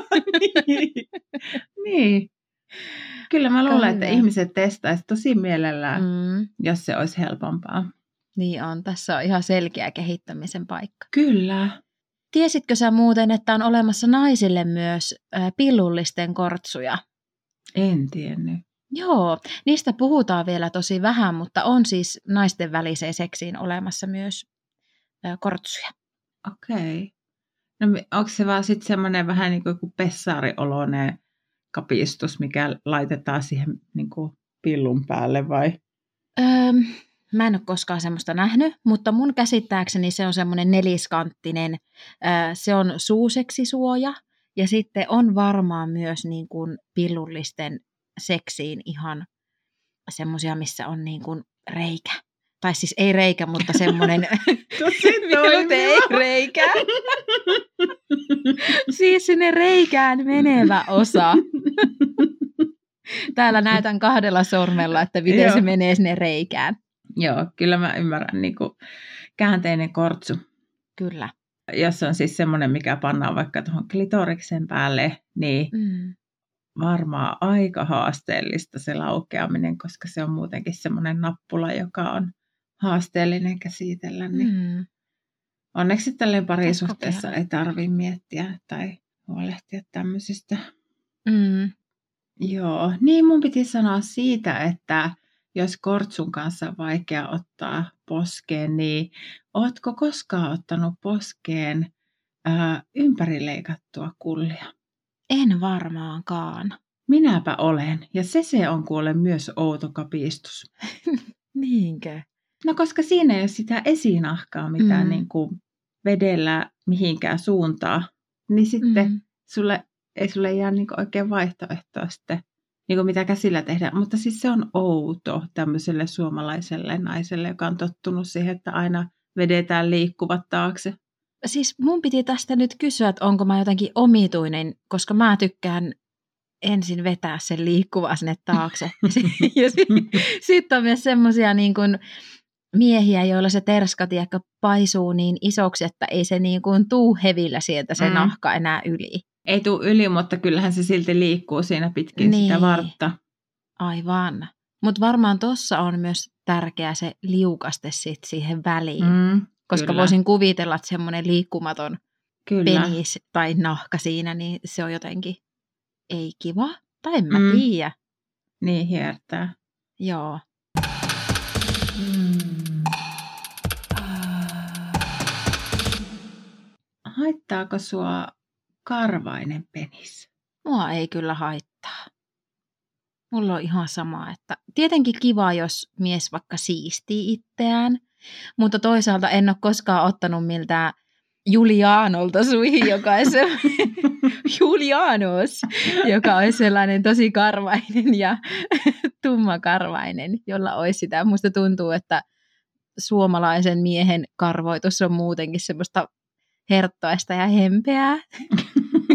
Niin. Kyllä mä luulen, että ihmiset testaisivat tosi mielellään, jos se olisi helpompaa. Niin on. Tässä on ihan selkeä kehittämisen paikka. Kyllä. Tiesitkö sä muuten, että on olemassa naisille myös pillullisten kortsuja? En tiennyt. Joo, niistä puhutaan vielä tosi vähän, mutta on siis naisten väliseen seksiin olemassa myös kortsuja. Okei. No onko se vaan sitten semmoinen vähän niin kuin pessaarioloinen kapistus, mikä laitetaan siihen niin kuin pillun päälle vai? Mä en ole koskaan semmoista nähnyt, mutta mun käsittääkseni se on semmoinen neliskanttinen, se on suuseksisuoja ja sitten on varmaan myös niin kuin pillullisten seksiin ihan semmoisia, missä on niin kuin reikä. Tai siis ei reikä, mutta semmoinen, ei reikä. Siis sinne reikään menevä osa. Täällä näytän 2 sormella, että miten se menee sinne reikään. Joo, kyllä mä ymmärrän niin kuin käänteinen kortsu. Kyllä. Jos on siis semmoinen, mikä pannaan vaikka tuohon klitoriksen päälle, niin varmaan aika haasteellista se laukeaminen, koska se on muutenkin semmoinen nappula, joka on haasteellinen käsitellä. Niin onneksi tälleen parisuhteessa ei tarvitse miettiä tai huolehtia tämmöisistä. Joo, niin mun piti sanoa siitä, että jos kortsun kanssa on vaikea ottaa poskeen, niin ootko koskaan ottanut poskeen ympärileikattua kullia? En varmaankaan. Minäpä olen, ja se on kuule myös outo kapistus. Niinkö? No koska siinä ei ole sitä esinahkaa, mitä niin kuin vedellä mihinkään suuntaan, niin sitten ei sulle jää niin kuin oikein vaihtoehtoa sitten, niin kuin mitä käsillä tehdään. Mutta siis se on outo tämmöiselle suomalaiselle naiselle, joka on tottunut siihen, että aina vedetään liikkuvat taakse. Siis mun piti tästä nyt kysyä, että onko mä jotenkin omituinen, koska mä tykkään ensin vetää sen liikkuvaa sinne taakse. Ja sitten on myös semmoisia niin kuin miehiä, joilla se terskatiekka paisuu niin isoksi, että ei se niin kuin tuu hevillä sieltä se nahka enää yli. Ei tule yli, mutta kyllähän se silti liikkuu siinä pitkin sitä vartta. Aivan. Mutta varmaan tuossa on myös tärkeä se liukaste sit siihen väliin. Koska kyllä. Voisin kuvitella, että semmoinen liikkumaton penis tai nahka siinä, niin se on jotenkin ei kiva. Tai en mä tiedä. Niin hiertää. Joo. Haittaako sua karvainen penis? Mua ei kyllä haittaa. Mulla on ihan sama, että tietenkin kiva, jos mies vaikka siistii itseään, mutta toisaalta en ole koskaan ottanut miltään Julianolta suihin, joka on Julianos, joka olisi sellainen tosi karvainen ja tummakarvainen, jolla olisi sitä. Musta tuntuu, että suomalaisen miehen karvoitus on muutenkin semmoista herttoista ja hempeää.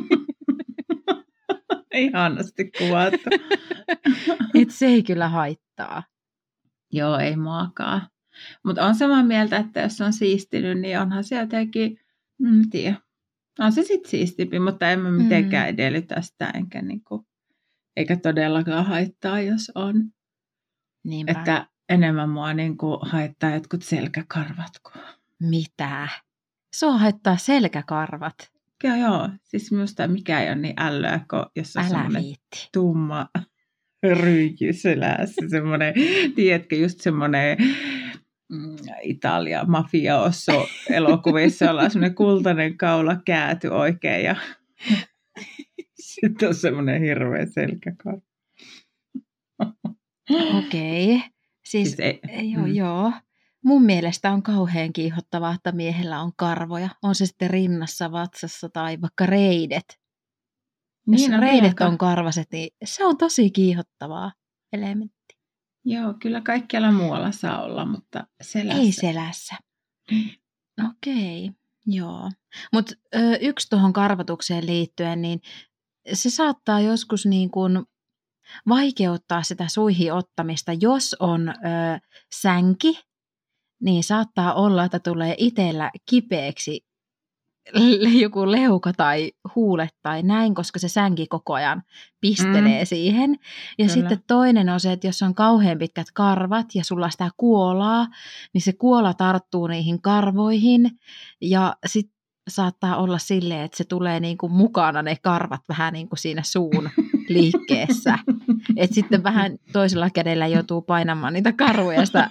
Ihanasti kuvattu. Et se ei kyllä haittaa. Joo, ei muakaan. Mutta on samaa mieltä, että jos on siistinyt, niin onhan se jotenkin, en tiedä. On se sitten siistimpi, mutta en mä mitenkään edellytä sitä, eikä todellakaan haittaa, jos on. Niinpä. Että enemmän mua haittaa jotkut selkäkarvat. Mitä? Sua haittaa selkäkarvat? Joo. Siis minusta mikä ei ole niin älyä, kun jos on semmoinen tumma ryijy selässä. Semmoinen, tiedätkö, just semmoinen Italia mafioso elokuvissa ollaan semmoinen kultainen kaula kääty oikein ja sitten on semmoinen hirveä selkäkarva. Okei. Siis joo. Mun mielestä on kauhean kiihottavaa, että miehellä on karvoja. On se sitten rinnassa, vatsassa tai vaikka reidet. Jos reidet on karvaset, niin se on tosi kiihottavaa elementti. Joo, kyllä kaikkialla muualla saa olla, mutta selässä. Ei selässä. Okei, joo. Mutta yksi tuohon karvatukseen liittyen, niin se saattaa joskus niin kuin vaikeuttaa sitä suihin ottamista, jos on sänki, niin saattaa olla, että tulee itsellä kipeäksi joku leuka tai huulet tai näin, koska se sänki koko ajan pistelee siihen. Ja Kyllä. sitten toinen on se, että jos on kauhean pitkät karvat ja sulla sitä kuolaa, niin se kuola tarttuu niihin karvoihin ja sitten saattaa olla silleen, että se tulee niin kuin mukana ne karvat vähän niin kuin siinä suun liikkeessä. Että sitten vähän toisella kädellä joutuu painamaan niitä karvoja sitä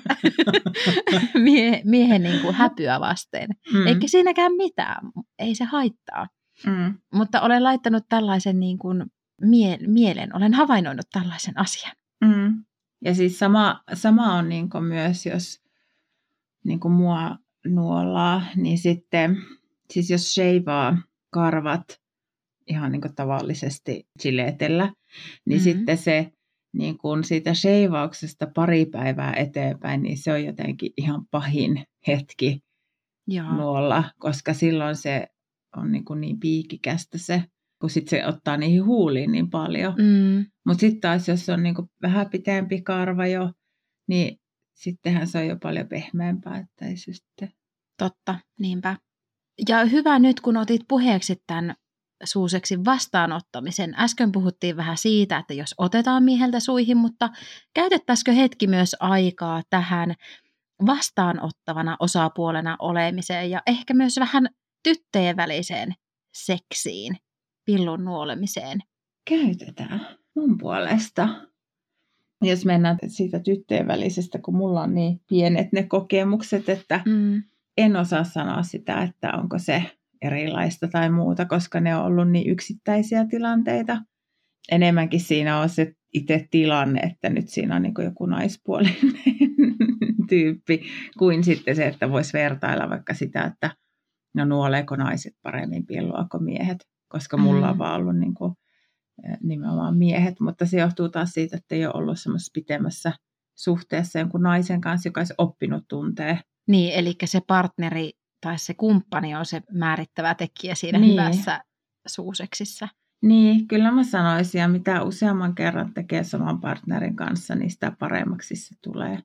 miehen niin kuin häpyä vasten. Eikä siinäkään mitään, ei se haittaa. Mutta olen laittanut tällaisen niin kuin mielen, olen havainnoinut tällaisen asian. Ja siis sama on niin kuin myös, jos niin kuin mua nuolaa, niin sitten siis jos sheivaa karvat ihan niin kuin tavallisesti chiletellä, niin sitten se niin kuin siitä sheivauksesta pari päivää eteenpäin, niin se on jotenkin ihan pahin hetki nuolla, koska silloin se on niin piikikästä se, kun sitten se ottaa niihin huuliin niin paljon. Mutta sitten taas, jos on niin kuin vähän pitempi karva jo, niin sittenhän se on jo paljon pehmeämpää, että ei se sitten. Totta, niinpä. Ja hyvä nyt, kun otit puheeksi tämän suuseksin vastaanottamisen. Äsken puhuttiin vähän siitä, että jos otetaan mieheltä suihin, mutta käytettäisikö hetki myös aikaa tähän vastaanottavana osapuolena olemiseen ja ehkä myös vähän tyttöjen väliseen seksiin, pillun nuolemiseen? Käytetään mun puolesta. Jos mennään siitä tyttöjen välisestä, kun mulla on niin pienet ne kokemukset, että en osaa sanoa sitä, että onko se erilaista tai muuta, koska ne on ollut niin yksittäisiä tilanteita. Enemmänkin siinä on se itse tilanne, että nyt siinä on niin kuin joku naispuolinen tyyppi, kuin sitten se, että voisi vertailla vaikka sitä, että no nuoleeko naiset paremmin pillua kuin miehet, koska mulla on vaan ollut niin kuin nimenomaan miehet, mutta se johtuu taas siitä, että ei ole ollut semmoisessa pitemmässä suhteessa jonkun naisen kanssa, joka olisi oppinut tuntee. Niin, eli se partneri tai se kumppani on se määrittävä tekijä siinä hyvässä suuseksissä. Niin, kyllä mä sanoisin, ja mitä useamman kerran tekee saman partnerin kanssa, niin sitä paremmaksi se tulee.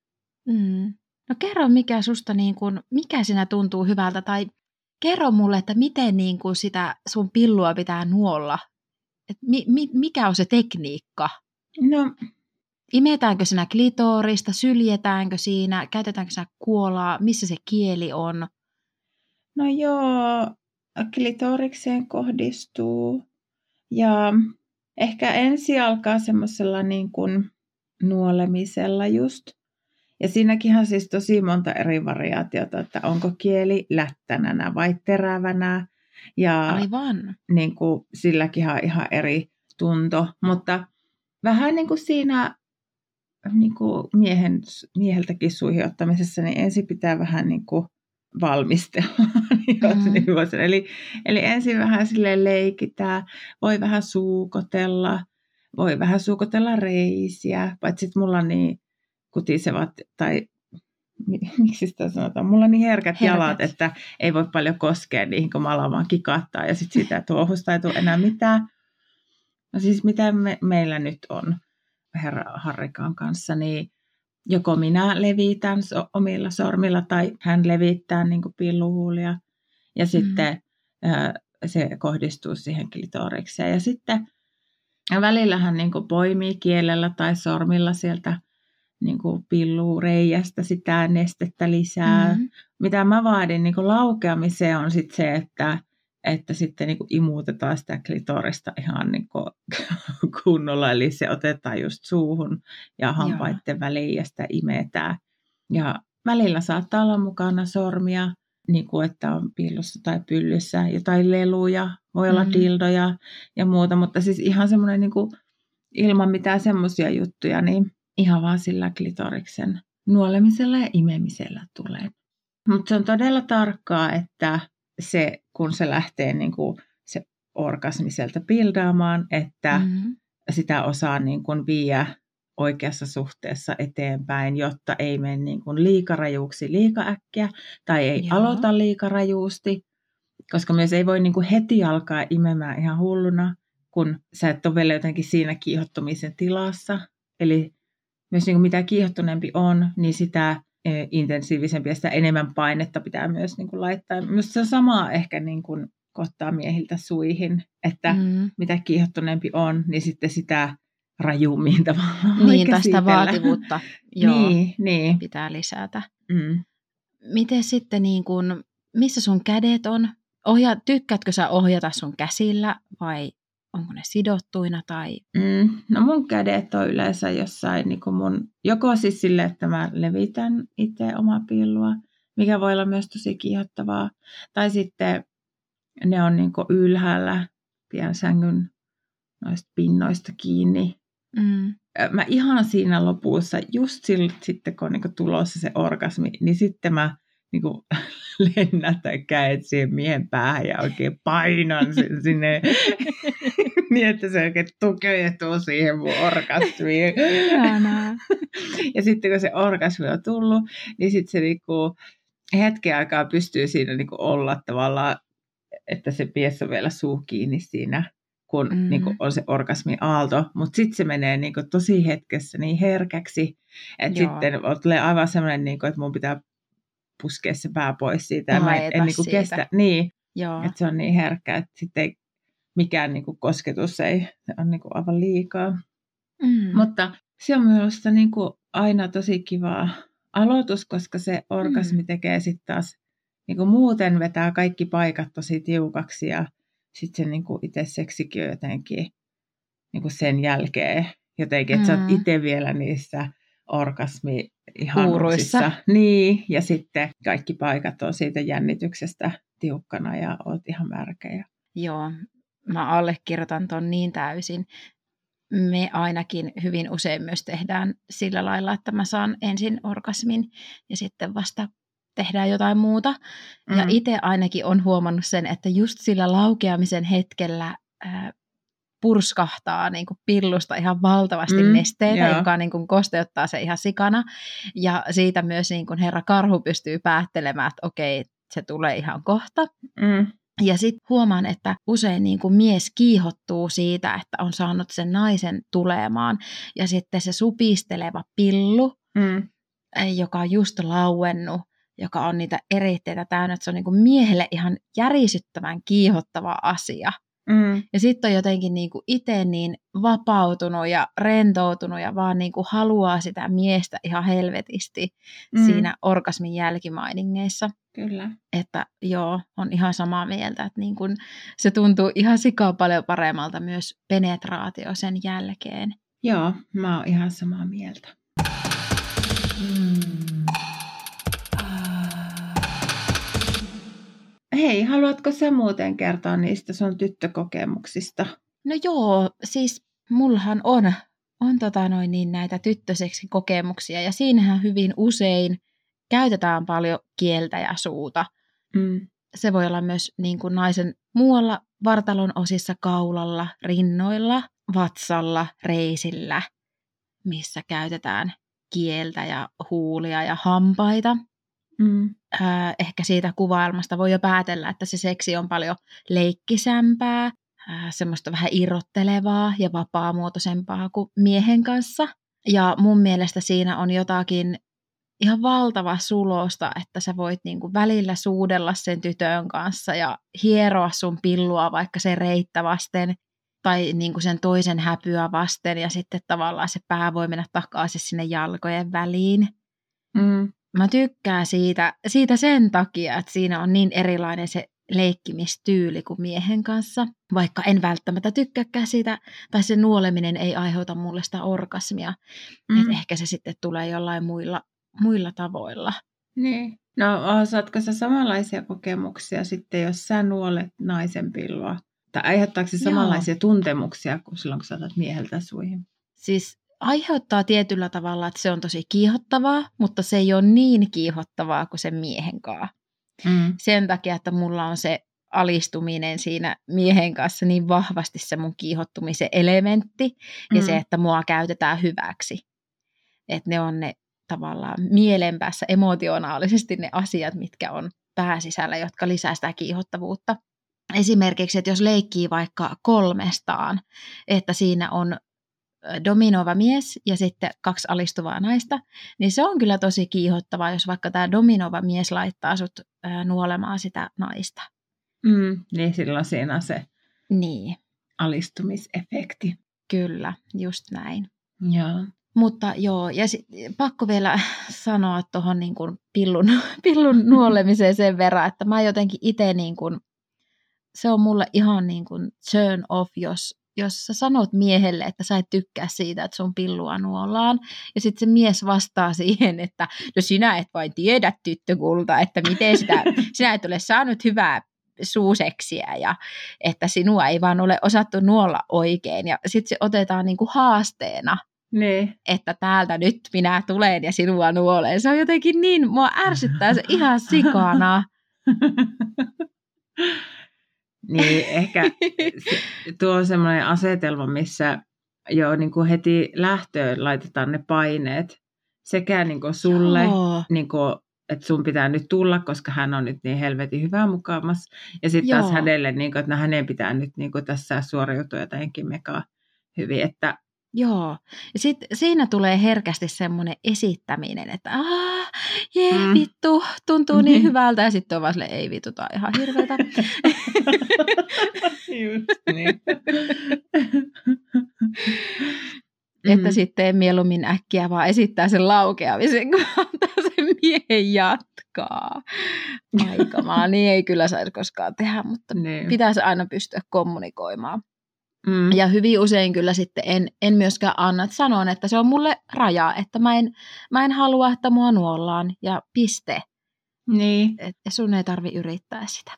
No kerro, mikä susta mikä siinä tuntuu hyvältä, tai kerro mulle, että miten sitä sun pillua pitää nuolla. Et mikä on se tekniikka? No, imetäänkö siinä klitorista, syljetäänkö siinä, käytetäänkö siinä kuolaa, missä se kieli on? No joo, klitorikseen kohdistuu. Ja ehkä ensi alkaa semmoisella niin kuin nuolemisella just. Ja siinäkinhän siis tosi monta eri variaatiota, että onko kieli lättänänä vai terävänä. Ja aivan. Niin kuin, silläkin on ihan eri tunto. Mutta vähän niin kuin siinä niin kuin mieheltäkin suihin ottamisessa, niin ensin pitää vähän niin kuin valmistella. Eli ensin vähän silleen leikitään, voi vähän suukotella reisiä, paitsi että mulla on niin kutisevat, tai miksi sitä sanotaan, mulla on niin herkät jalat, että ei voi paljon koskea niihin, kun mä alan vaan kikattaa, ja sitten siitä tuohusta ei tule enää mitään. No siis mitä meillä nyt on herra Harrikan kanssa, niin joko minä levitän omilla sormilla tai hän levittää niin kuin pilluhuulia ja sitten se kohdistuu siihen klitorikseen. Ja sitten välillä hän niin kuin poimii kielellä tai sormilla sieltä niin kuin pillureijästä sitä nestettä lisää. Mitä mä vaadin niin kuin laukeamiseen on sitten se, että sitten niin kuin imutetaan sitä klitorista ihan niin kuin kunnolla, eli se otetaan just suuhun ja hampaiden väliin ja sitä imetään. Ja välillä saattaa olla mukana sormia, niin kuin että on pillussa tai pyllyssä, jotain leluja, voi olla dildoja ja muuta, mutta siis ihan semmoinen niin kuin ilman mitään semmoisia juttuja, niin ihan vaan sillä klitoriksen nuolemisella ja imemisellä tulee. Mutta se on todella tarkkaa, että se, kun se lähtee niin kuin se orgasmi sieltä bildaamaan, että sitä osaa niin kuin viiä oikeassa suhteessa eteenpäin, jotta ei mene niin kuin liikarajuuksi liikaäkkiä tai ei aloita liikarajuusti, koska myös ei voi niin kuin heti alkaa imemään ihan hulluna, kun sä et ole vielä jotenkin siinä kiihottumisen tilassa. Eli myös niin kuin mitä kiihottuneempi on, niin sitä intensiivisempi ja sitä enemmän painetta pitää myös niin kuin laittaa. Myös se on samaa ehkä niin kuin kohtaa miehiltä suihin, että mitä kiihottuneempi on, niin sitten sitä rajummin tavallaan. Niin, tästä vaativuutta niin. pitää lisätä. Miten sitten, niin kun, missä sun kädet on? Tykkäätkö sä ohjata sun käsillä vai onko ne sidottuina? Tai? No mun kädet on yleensä jossain, niin kuin joko siis sille, että mä levitän itse omaa pillua, mikä voi olla myös tosi kiihottavaa. Tai sitten ne on niin kuin ylhäällä pian sängyn noista pinnoista kiinni. Mä ihan siinä lopussa, just sitten kun on niin kuin tulossa se orgasmi, niin sitten mä niin kuin lennätän kädet siihen miehen päähän ja oikein painan sen sinne niin, että se oikein tukeutuu siihen mun orgasmiin. Ja sitten kun se orgasmi on tullut, niin sitten se niin kuin hetken aikaa pystyy siinä niin kuin olla tavallaan, että se mies on vielä suu kiinni siinä, kun niin kuin on se orgasmin aalto, mutta sitten se menee niin kuin tosi hetkessä niin herkäksi, että sitten tulee aivan semmoinen, niin kuin, että mun pitää puskea se pää pois siitä ja mä en niin kuin kestä. Niin, että se on niin herkkä, että sitten ei mikään niin kuin kosketus se on niin kuin aivan liikaa. Mutta se on minusta niin kuin aina tosi kiva aloitus, koska se orgasmi tekee sitten taas niin kuin muuten vetää kaikki paikat tosi tiukaksi ja sitten se niin kuin itse seksikin on jotenkin niin kuin sen jälkeen jotenkin, että sä oot itse vielä niissä orgasmi-ihanuuksissa. Niin, ja sitten kaikki paikat on siitä jännityksestä tiukkana ja oot ihan märkä. Joo, mä allekirjoitan ton niin täysin. Me ainakin hyvin usein myös tehdään sillä lailla, että mä saan ensin orgasmin ja sitten vasta tehdään jotain muuta. Ja itse ainakin on huomannut sen, että just sillä laukeamisen hetkellä purskahtaa niin kuin pillusta ihan valtavasti nesteitä, joka niin kuin kosteuttaa se ihan sikana. Ja siitä myös niin kuin herra Karhu pystyy päättelemään, että okei, se tulee ihan kohta. Ja sitten huomaan, että usein niin kuin mies kiihottuu siitä, että on saanut sen naisen tulemaan. Ja sitten se supisteleva pillu, joka on just lauennut, joka on niitä eritteitä täynnä, että se on niin kuin miehelle ihan järisyttävän kiihottava asia. Ja sitten on jotenkin niinku itse niin vapautunut ja rentoutunut ja vaan niinku haluaa sitä miestä ihan helvetisti siinä orgasmin jälkimainingeissa. Kyllä. Että joo, on ihan samaa mieltä, että niin kun se tuntuu ihan sikaa paljon paremmalta myös penetraatio sen jälkeen. Joo, mä oon ihan samaa mieltä. Hei, haluatko sä muuten kertoa niistä sun tyttökokemuksista? No joo, siis mullahan on näitä tyttöseksin kokemuksia ja siinähän hyvin usein käytetään paljon kieltä ja suuta. Se voi olla myös niin kuin naisen muualla vartalon osissa, kaulalla, rinnoilla, vatsalla, reisillä, missä käytetään kieltä ja huulia ja hampaita. Ehkä siitä kuvailmasta voi jo päätellä, että se seksi on paljon leikkisämpää. semmoista vähän irrottelevaa ja vapaamuotoisempaa kuin miehen kanssa. Ja mun mielestä siinä on jotakin ihan valtava sulosta, että sä voit niinku välillä suudella sen tytön kanssa ja hieroa sun pillua vaikka sen reittä vasten tai niinku sen toisen häpyä vasten ja sitten tavallaan se pää voi mennä takaisin sinne jalkojen väliin. Mä tykkään siitä sen takia, että siinä on niin erilainen se leikkimistyyli kuin miehen kanssa, vaikka en välttämättä tykkääkään siitä, tai se nuoleminen ei aiheuta mulle sitä orgasmia, että ehkä se sitten tulee jollain muilla tavoilla. Niin. No, saatko sä samanlaisia kokemuksia sitten, jos sä nuolet naisen pilloa? Tai aiheuttaako se samanlaisia tuntemuksia kuin silloin, kun sä otat mieheltä suihin? Siis aiheuttaa tietyllä tavalla, että se on tosi kiihottavaa, mutta se ei ole niin kiihottavaa kuin sen miehen kanssa. Sen takia, että mulla on se alistuminen siinä miehen kanssa niin vahvasti se mun kiihottumisen elementti ja se, että mua käytetään hyväksi. Että ne on ne tavallaan mielenpäässä emotionaalisesti ne asiat, mitkä on pääsisällä, jotka lisää sitä kiihottavuutta. Esimerkiksi, että jos leikkii vaikka 3, että siinä on dominoiva mies ja sitten 2 alistuvaa naista, niin se on kyllä tosi kiihottavaa, jos vaikka tämä dominoiva mies laittaa sut nuolemaan sitä naista. Niin silloin siinä on se alistumisefekti. Kyllä, just näin. Joo. Mutta joo, ja pakko vielä sanoa tuohon niin kuin pillun nuolemiseen sen verran, että mä jotenkin itse niin kuin, se on mulle ihan niin kuin turn off, jos sä sanot miehelle, että sä et tykkää siitä, että sun pillua nuollaan, ja sitten se mies vastaa siihen, että no sinä et vain tiedä, tyttökulta, että miten sinä et ole saanut hyvää suuseksiä, ja että sinua ei vaan ole osattu nuolla oikein, ja sitten se otetaan niinku haasteena, että täältä nyt minä tulen ja sinua nuoleen. Se on jotenkin niin, mua ärsyttää se ihan sikana. Niin, ehkä tuo on semmoinen asetelma, missä jo niin kuin heti lähtöön laitetaan ne paineet sekä niin kuin sulle, niin kuin, että sun pitää nyt tulla, koska hän on nyt niin helvetin hyvä mukamas. Ja sitten taas hänelle, niin kuin, että hänen pitää nyt niin kuin tässä suoriutua jotenkin mega hyvin. Että joo, ja sitten siinä tulee herkästi semmoinen esittäminen, että vittu, tuntuu niin hyvältä, ja sitten on vaan silleen, ei vittu, tää on ihan hirveätä. Just niin. Että sitten mieluummin äkkiä vaan esittää sen laukeamisen, kun antaa sen miehen jatkaa. Aikamalla, niin ei kyllä saisi koskaan tehdä, mutta pitäisi aina pystyä kommunikoimaan. Ja hyvin usein kyllä sitten en myöskään anna, että sanon, että se on mulle raja, että mä en halua, että mua nuollaan ja piste. Niin. Että sun ei tarvitse yrittää sitä.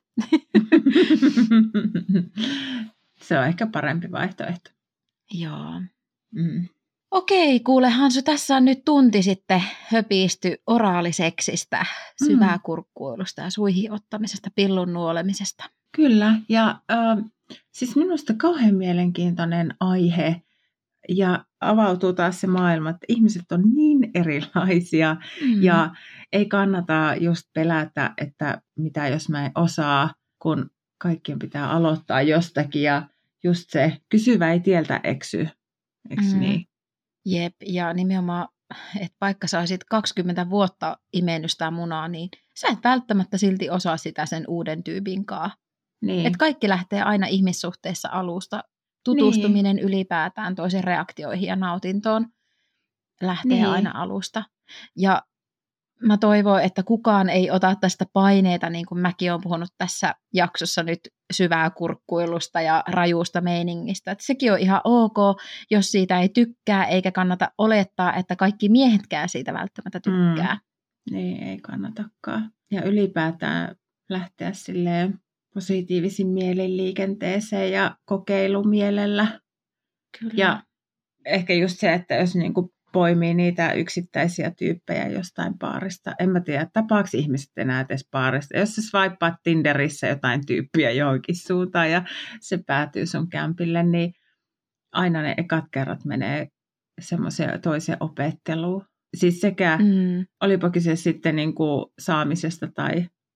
Se on ehkä parempi vaihtoehto. Joo. Okei, kuule Hansu, tässä on nyt tunti sitten höpisty oraaliseksistä, syväkurkkuilusta ja suihin ottamisesta, pillun nuolemisesta. Kyllä, ja siis minusta kauhean mielenkiintoinen aihe ja avautuu taas se maailma, että ihmiset on niin erilaisia ja ei kannata just pelätä, että mitä jos mä en osaa, kun kaikkien pitää aloittaa jostakin ja just se kysyvä ei tieltä eksy, eikö niin? Jep, ja nimenomaan, että vaikka sä olisit 20 vuotta imennyt sitä munaa, niin sä et välttämättä silti osaa sitä sen uuden tyypin kanssa. Niin. Että kaikki lähtee aina ihmissuhteessa alusta. Tutustuminen ylipäätään toisen reaktioihin ja nautintoon lähtee aina alusta. Ja mä toivon, että kukaan ei ota tästä paineita, niin kuin mäkin olen puhunut tässä jaksossa nyt syvää kurkkuilusta ja rajuusta meiningistä. Että sekin on ihan ok, jos siitä ei tykkää, eikä kannata olettaa, että kaikki miehetkään siitä välttämättä tykkää. Niin, ei kannatakaan. Ja ylipäätään lähteä silleen positiivisin mielin liikenteeseen ja kokeilumielellä. Kyllä. Ja ehkä just se, että jos niinku poimii niitä yksittäisiä tyyppejä jostain baarista. En mä tiedä, tapaako ihmiset enää edes baarista. Jos sä swipeaat Tinderissä jotain tyyppiä johonkin suuntaan ja se päätyy sun kämpille, niin aina ne ekat kerrat menee semmoiseen toiseen opetteluun. Siis sekä, olipakin se sitten niin kuin saamisesta tai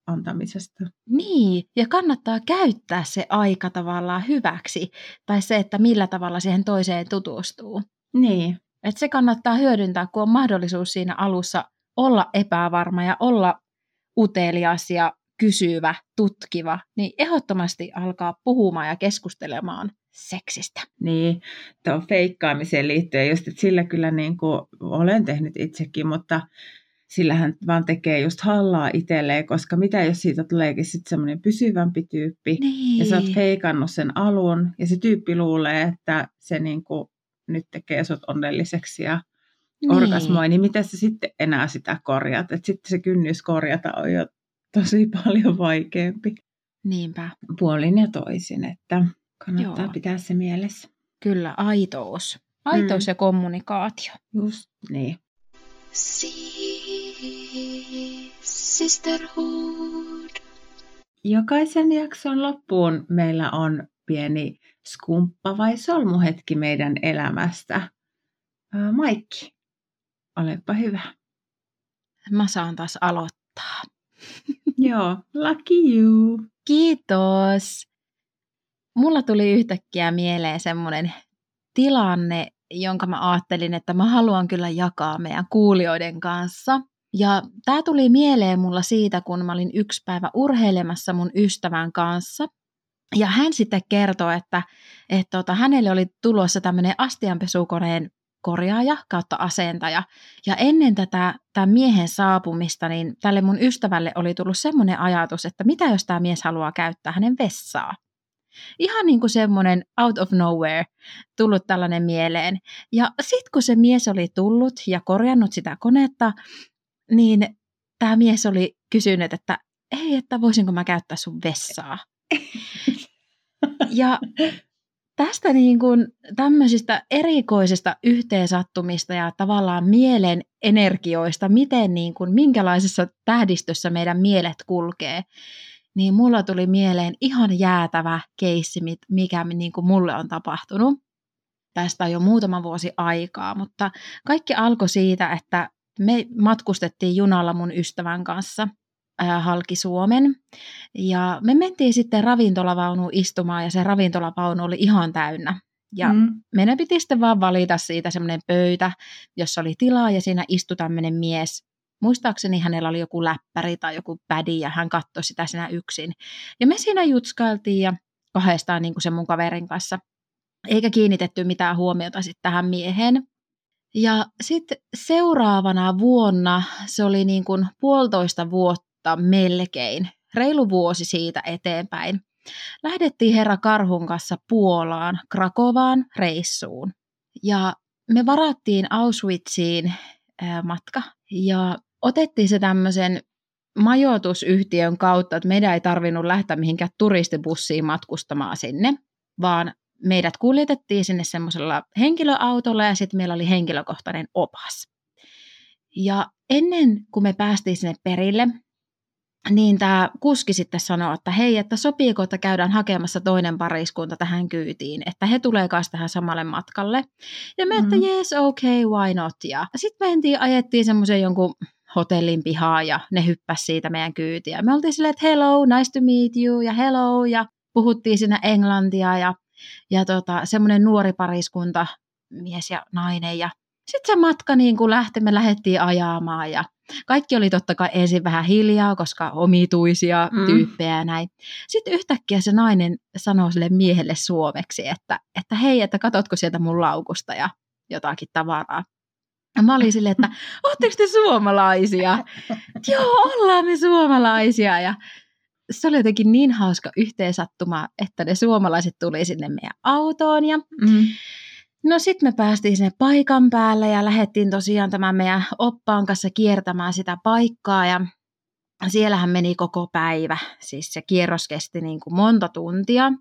antamisesta. Niin, ja kannattaa käyttää se aika tavallaan hyväksi, tai se, että millä tavalla siihen toiseen tutustuu. Niin. Että se kannattaa hyödyntää, kun on mahdollisuus siinä alussa olla epävarma ja olla utelias ja kysyvä, tutkiva, niin ehdottomasti alkaa puhumaan ja keskustelemaan seksistä. Niin, tuon feikkaamiseen liittyen just, että sillä kyllä niin kuin olen tehnyt itsekin, mutta sillähän vaan tekee just hallaa itselleen, koska mitä jos siitä tuleekin sitten semmoinen pysyvämpi tyyppi, niin. Ja sä oot feikannut sen alun, ja se tyyppi luulee, että se niin kuin nyt tekee sut onnelliseksi ja orgasmoi, niin miten sä sitten enää sitä korjat? Että sitten se kynnys korjata on jo tosi paljon vaikeampi. Niinpä. Puolin ja toisin, että kannattaa pitää se mielessä. Kyllä, aitous. Aitous ja kommunikaatio. Just niin. Sisterhood. Jokaisen jakson loppuun meillä on pieni skumppa vai solmuhetki meidän elämästä. Maikki, olepa hyvä. Mä saan taas aloittaa. Joo, lucky you. Kiitos. Mulla tuli yhtäkkiä mieleen semmoinen tilanne, jonka mä ajattelin, että mä haluan kyllä jakaa meidän kuulijoiden kanssa. Ja tää tuli mieleen mulla siitä, kun mä olin yksi päivä urheilemassa mun ystävän kanssa. Ja hän sitten kertoi, että hänelle oli tulossa tämmöinen astianpesukoneen korjaaja kautta asentaja. Ja ennen tämän miehen saapumista, niin tälle mun ystävälle oli tullut semmoinen ajatus, että mitä jos tämä mies haluaa käyttää hänen vessaa. Ihan niin kuin semmoinen out of nowhere tullut tällainen mieleen. Ja sitten kun se mies oli tullut ja korjannut sitä konetta, niin tämä mies oli kysynyt, että hei, että voisinko mä käyttää sun vessaa. Ja tästä niin kuin tämmöisistä erikoisista yhteensattumista ja tavallaan mielen energioista, miten niin kuin, minkälaisessa tähdistössä meidän mielet kulkee, niin mulla tuli mieleen ihan jäätävä keissi, mikä niin kuin mulle on tapahtunut. Tästä on jo muutama vuosi aikaa, mutta kaikki alkoi siitä, että me matkustettiin junalla mun ystävän kanssa halki Suomen. Ja me mentiin sitten ravintolavaunuun istumaan ja se ravintolavaunu oli ihan täynnä. Ja meidän piti sitten vaan valita siitä semmoinen pöytä, jossa oli tilaa ja siinä istui tämmöinen mies. Muistaakseni hänellä oli joku läppäri tai joku pädi ja hän katsoi sitä siinä yksin. Ja me siinä jutskailtiin ja kahdestaan niin kuin sen mun kaverin kanssa. Eikä kiinnitetty mitään huomiota sitten tähän mieheen. Ja sitten seuraavana vuonna, se oli niin kuin 1,5 vuotta melkein, reilu vuosi siitä eteenpäin, lähdettiin herra Karhun kanssa Puolaan, Krakovaan reissuun. Ja me varattiin Auschwitziin matka ja otettiin se tämmöisen majoitusyhtiön kautta, että meidän ei tarvinnut lähteä mihinkään turistibussiin matkustamaan sinne, vaan meidät kuljetettiin sinne semmoisella henkilöautolla ja sitten meillä oli henkilökohtainen opas. Ja ennen kuin me päästiin sinne perille, niin tämä kuski sitten sanoi, että hei, että sopiiko, että käydään hakemassa toinen pariskunta tähän kyytiin, että he tulee kanssa tähän samalle matkalle. Ja me, että yes, okay, why not. Ja sitten mentiin, ajettiin semmoisen jonkun hotellin pihaa ja ne hyppäsi siitä meidän kyytiä. Me oltiin silleen, että hello, nice to meet you ja hello ja puhuttiin siinä englantia ja semmoinen nuori pariskunta, mies ja nainen. Ja sitten se matka niin kun me lähdettiin ajamaan ja kaikki oli totta kai ensin vähän hiljaa, koska omituisia tyyppejä ja näin. Sitten yhtäkkiä se nainen sanoi sille miehelle suomeksi, että hei, että katsotko sieltä mun laukusta ja jotakin tavaraa. Ja mä olin silleen, että ootteko te suomalaisia? Joo, ollaan me suomalaisia. Ja se oli jotenkin niin hauska yhteensattuma, että ne suomalaiset tuli sinne meidän autoon. Ja no sitten me päästiin sinne paikan päälle ja lähdettiin tosiaan tämän meidän oppaan kanssa kiertämään sitä paikkaa. Ja siellähän meni koko päivä, siis se kierros kesti niin kuin monta tuntia.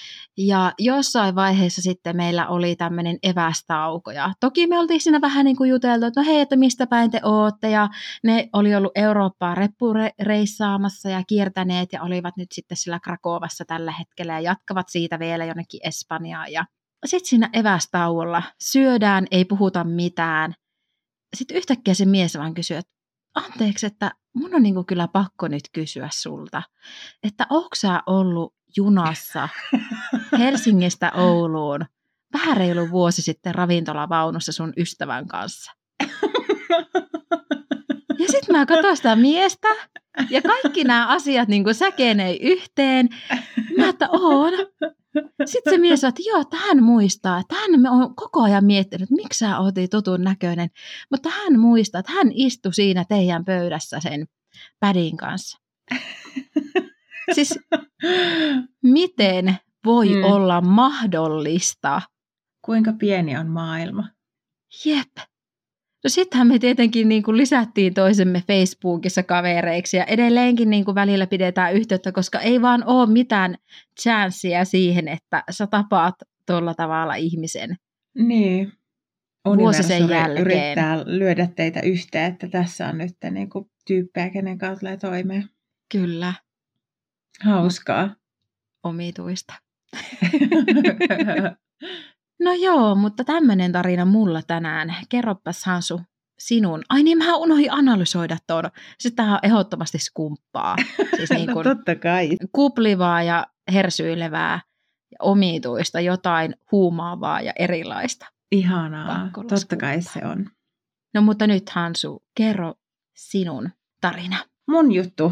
Ja jossain vaiheessa sitten meillä oli tämmöinen evästauko. Ja toki me oltiin siinä vähän niin kuin juteltu, että no hei, että mistä päin te ootte. Ja ne oli ollut Eurooppaa reppureissaamassa ja kiertäneet ja olivat nyt sitten sillä Krakovassa tällä hetkellä ja jatkavat siitä vielä jonnekin Espanjaan. Ja sitten siinä evästauolla syödään, ei puhuta mitään. Sitten yhtäkkiä se mies vaan kysyy, että anteeksi, että mun on niinku kyllä pakko nyt kysyä sulta, että ootko sä ollut junassa Helsingistä Ouluun vähän reilu vuosi sitten ravintolavaunussa sun ystävän kanssa? Ja sitten mä katsoin sitä miestä ja kaikki nämä asiat niin säkenee yhteen. Mä että oon. Sitten se mies sanoi, että joo, että hän muistaa, että hän on koko ajan miettinyt, miksi sä oot tutun näköinen. Mutta hän muistaa, että hän istui siinä teidän pöydässä sen pädin kanssa. Siis miten voi olla mahdollista? Kuinka pieni on maailma? Jep. No sittenhän me tietenkin niin kuin lisättiin toisemme Facebookissa kavereiksi ja edelleenkin niin kuin välillä pidetään yhteyttä, koska ei vaan ole mitään chanssia siihen, että sä tapaat tuolla tavalla ihmisen. Niin. Vuosisen jälkeen. Yrittää lyödä teitä yhteen, että tässä on nyt niin kuin tyyppejä, kenen kanssa tulee toimeen. Kyllä. Hauskaa. Omituista. No joo, mutta tämmöinen tarina mulla tänään. Kerropas Hansu sinun. Ai niin, mä unohdin analysoida tuon. Sitä on ehdottomasti skumppaa. Siis niin kuin totta kai. Kuplivaa ja hersyilevää ja omituista, jotain huumaavaa ja erilaista. Ihanaa, totta kai se on. No mutta nyt Hansu, kerro sinun tarina. Mun juttu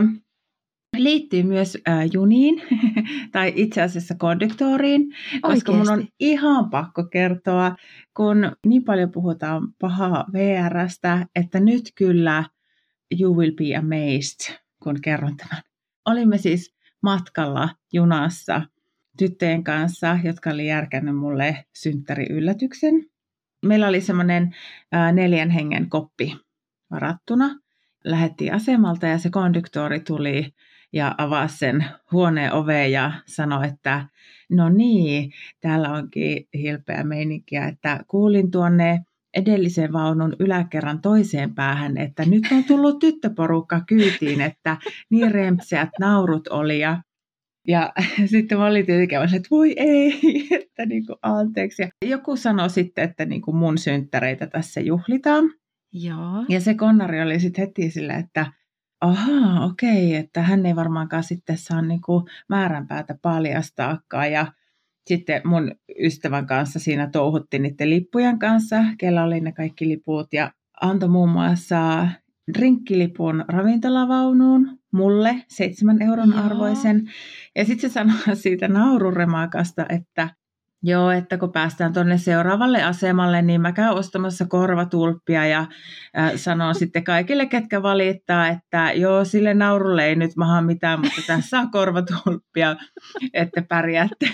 liittyy myös juniin, tai itse asiassa konduktoriin, koska mun on ihan pakko kertoa, kun niin paljon puhutaan pahaa VR:stä, että nyt kyllä you will be amazed, kun kerron tämän. Olimme siis matkalla junassa tyttöjen kanssa, jotka oli järkännyt mulle synttäriyllätyksen. Meillä oli semmoinen 4 hengen koppi varattuna. Lähdettiin asemalta ja se konduktori tuli ja avasi sen huoneen oveen ja sanoi, että no niin, täällä onkin hilpeä meininkiä, että kuulin tuonne edellisen vaunun yläkerran toiseen päähän, että nyt on tullut tyttöporukka kyytiin, että niin rempseät naurut oli ja sitten mä olin tietenkin, että voi ei, että niin kuin anteeksi. Ja joku sanoi sitten, että niin kuin mun synttäreitä tässä juhlitaan. Joo. Ja se konnari oli sitten heti sillä, että ahaa, okei, että hän ei varmaankaan sitten saa niin kuin määränpäätä paljastaakaan. Ja sitten mun ystävän kanssa siinä touhutti niiden lippujen kanssa, kellä oli ne kaikki liput. Ja antoi muun muassa drinkkilipun ravintolavaunuun mulle 7 euron arvoisen. Ja sitten se sanoi siitä naururemakasta, että joo, että kun päästään tuonne seuraavalle asemalle, niin mä käyn ostamassa korvatulppia ja sanon sitten kaikille, ketkä valittaa, että joo, sille naurulle ei nyt maha mitään, mutta tässä on korvatulppia, että pärjäätte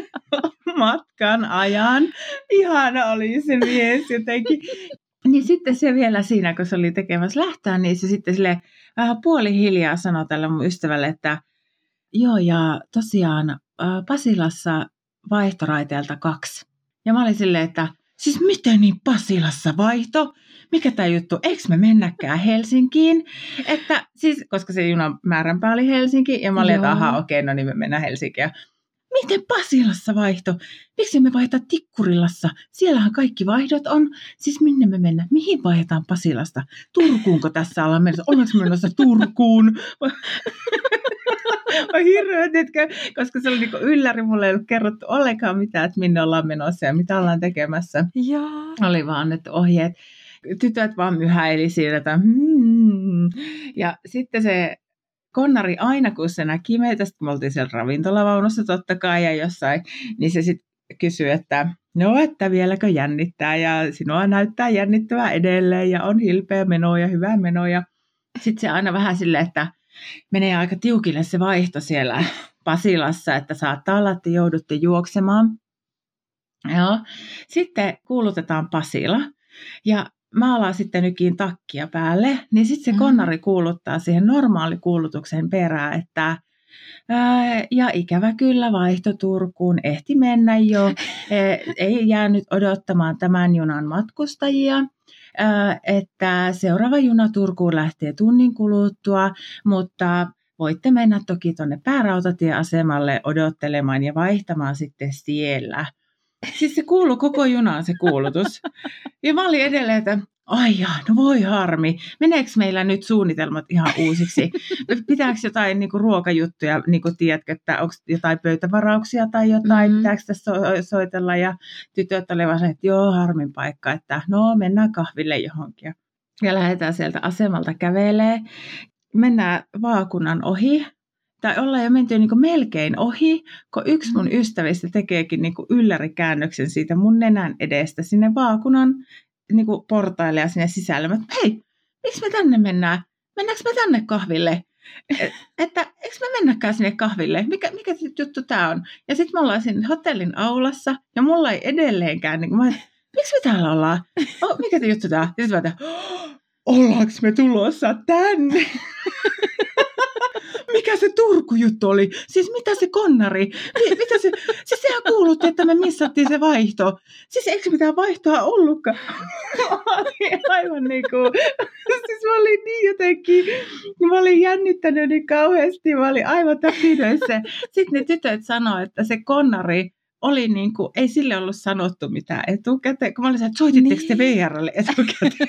matkan ajan. Ihana oli se mies jotenkin. Niin sitten se vielä siinä, kun se oli tekemässä lähtää, niin se sitten sille vähän puoli hiljaa sanoi tälle mun ystävälle, että joo, ja tosiaan Pasilassa vaihtoraiteelta 2. Ja mä olin silleen, että siis miten niin Pasilassa vaihto? Mikä tää juttu? Eikö me mennäkään Helsinkiin? Että siis, koska se junan määränpää oli Helsinki, ja mä olin, että ahaa, okei, no niin me mennään Helsinkiin. Miten Pasilassa vaihto? Miksi me vaihtaa Tikkurilassa? Siellähän kaikki vaihdot on. Siis minne me mennään? Mihin vaihdetaan Pasilasta? Turkuunko tässä ollaan menossa? Ollaanko menossa Turkuun? Hirveä, koska se oli niin ylläri, mulle ei ollut kerrottu ollenkaan mitään, että minne ollaan menossa ja mitä ollaan tekemässä. Joo. Oli vaan nyt ohjeet. Tytöt vaan myhäili siinä, että Ja sitten se konnari aina, kun se näki meitä, kun me oltiin siellä ravintolavaunussa totta kai ja jossain, niin se sitten kysyi, että no, että vieläkö jännittää ja sinua näyttää jännittävää edelleen ja on hilpeä meno ja hyvä meno. Ja sitten se aina vähän silleen, että menee aika tiukille se vaihto siellä Pasilassa, että saattaa olla, että joudutte juoksemaan. Joo. Sitten kuulutetaan Pasila ja mä alan sitten nykiin takkia päälle, niin sitten se konnari kuuluttaa siihen normaalikuulutuksen perään, että ja ikävä kyllä vaihto Turkuun ehti mennä jo, ei jäänyt odottamaan tämän junan matkustajia, että seuraava juna Turkuun lähtee tunnin kuluttua, mutta voitte mennä toki tuonne päärautatieasemalle odottelemaan ja vaihtamaan sitten siellä. Siis se kuului koko junaan se kuulutus. Ja mä olin edelleen, että Ai jaa, no voi harmi. Meneekö meillä nyt suunnitelmat ihan uusiksi? Pitääkö jotain niin kuin ruokajuttuja, niin kuin tiedätkö, että onko jotain pöytävarauksia tai jotain, pitääkö tässä soitella? Ja tytöt olivat, että joo, harmin paikka, että no mennään kahville johonkin. Ja lähdetään sieltä asemalta kävelee. Mennään vaakunan ohi. Tai ollaan jo menty niin kuin melkein ohi, kun yksi mun ystävistä tekeekin niin kuin yllärikäännöksen siitä mun nenän edestä sinne vaakunan niin kuin portaille ja sinne sisälle. Mä, hei, miksi me tänne mennään? Mennäänkö me tänne kahville? Että eikö me mennäkään sinne kahville? Mikä juttu tää on? Ja sitten me ollaan siinä hotellin aulassa ja mulla ei edelleenkään, niin kuin miksi me täällä ollaan? Mikä juttu tää? Ja sitten mä ollaanko me tulossa tänne? Mikä se Turku-juttu oli? Siis mitä se konnari? Mitä se? Siis sehän kuulutti, että me missattiin se vaihto. Siis eikö mitään vaihtoa ollutkaan? Aivan niin kuin, siis mä olin niin jotenkin, mä olin jännittänyt niin kauheasti, mä olin aivan täpinöissä. Sitten ne tytöt sanoi, että se konnari oli niin kuin, ei sille ollut sanottu mitään etukäteen. Kun mä olin että soititteko te VR:lle etukäteen?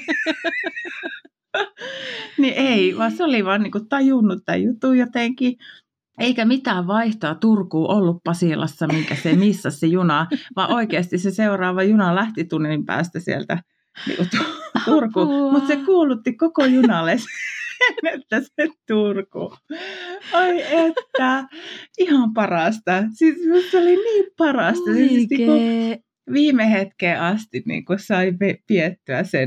Niin ei, vaan se oli vaan niin kuin tajunnut tämän jutun jotenkin. Eikä mitään vaihtoa Turkuun ollut Pasilassa, minkä se missasi se juna, vaan oikeasti se seuraava juna lähti tunnin päästä sieltä niin kuin Turkuun. Mutta se kuulutti koko junalle sen, että se Turku. Ai että, ihan parasta. Siis se oli niin parasta. Siis niin kuin viime hetkeen asti niin kuin sai piettyä sen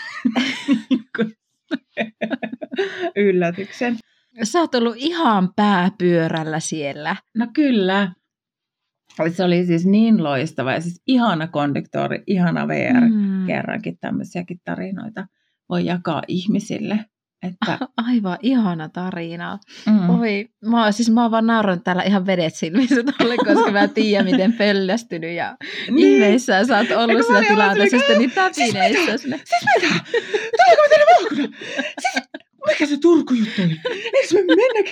yllätyksen. Sä oot ollut ihan pääpyörällä siellä. No kyllä. Se oli siis niin loistava ja siis ihana konduktori, ihana VR. Kerrankin tämmöisiäkin tarinoita voi jakaa ihmisille. Että aivan ihana tarina. Oi, mä vaan nauran täällä ihan vedet silmissä tolle, koska mä tiedän, miten pöllästynyt ja ihmeissään sä oot ollut siinä tilanteessa, niin täpineissä. Siis mitä? Tuliko me tänne valkona? Siis mikä se Turku-juttu oli? Eikö me mennäkin?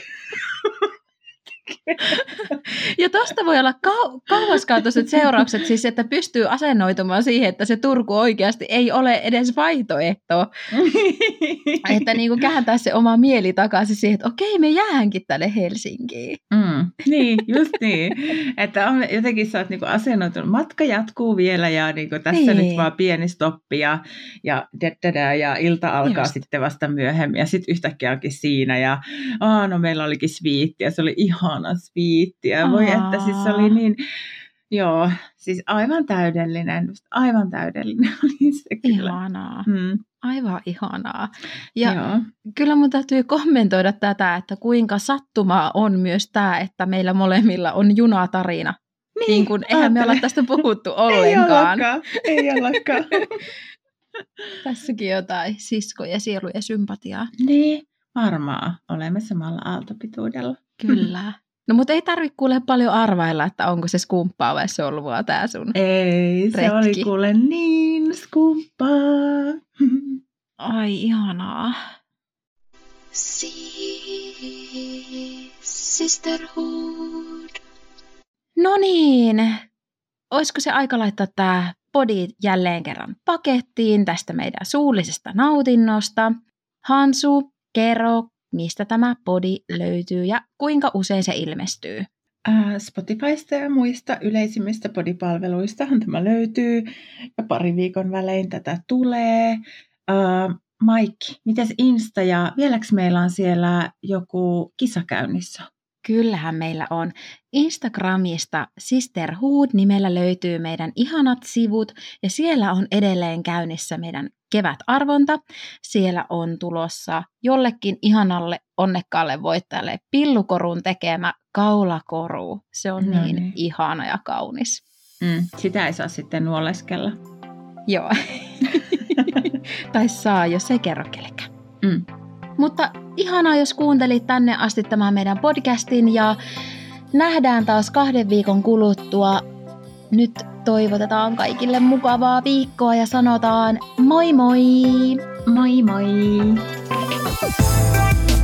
Ja tosta voi olla kauaskantoiset seuraukset, siis että pystyy asennoitumaan siihen, että se Turku oikeasti ei ole edes vaihtoehto. Että niin kuin kääntää se oma mieli takaisin siihen, että okei, me jäädäänkin tänne Helsinkiin. Niin, just niin. Että on, jotenkin sä oot niin kuin asennoitunut. Matka jatkuu vielä ja niin kuin tässä nyt vaan pieni stoppi ja ilta alkaa just sitten vasta myöhemmin. Ja sitten yhtäkkiä onkin siinä ja no meillä olikin sviitti ja se oli ihana sviittiä. Voi että siis se oli niin, joo, siis aivan täydellinen oli se kyllä. Ihanaa. Aivan ihanaa. Ja kyllä mun täytyy kommentoida tätä, että kuinka sattumaa on myös tämä, että meillä molemmilla on junatarina. Niin kuin, eihän me olla tästä puhuttu ollenkaan. Ei ollakaan. Tässäkin jotain sisko- ja sielu- ja sympatiaa. Niin, varmaan. Olemme samalla aaltopituudella. Kyllä. No mutta ei tarvitse kuule paljon arvailla, että onko se skumppaa vai solvua tää sun Ei, retki. Se oli kuule niin skumppaa. Ai ihanaa. Sisterhood. No niin, olisiko se aika laittaa tää podi jälleen kerran pakettiin tästä meidän suullisesta nautinnosta? Hansu, kerro, mistä tämä podi löytyy ja kuinka usein se ilmestyy? Spotifysta ja muista yleisimmistä podipalveluistahan tämä löytyy ja pari viikon välein tätä tulee. Maikki, mitäs Insta ja vieläkö meillä on siellä joku kisa käynnissä? Kyllähän meillä on. Instagramista Sisterhood-nimellä löytyy meidän ihanat sivut ja siellä on edelleen käynnissä meidän kevätarvonta. Siellä on tulossa jollekin ihanalle onnekkaalle voittajalle pillukorun tekemä kaulakoru. Se on niin ihana ja kaunis. Sitä ei saa sitten nuoleskella. Joo. Tai saa, jos ei kerro kellekään. Mutta ihanaa, jos kuuntelit tänne asti tämän meidän podcastin ja nähdään taas 2 viikon kuluttua. Nyt toivotetaan kaikille mukavaa viikkoa ja sanotaan moi moi! Moi moi!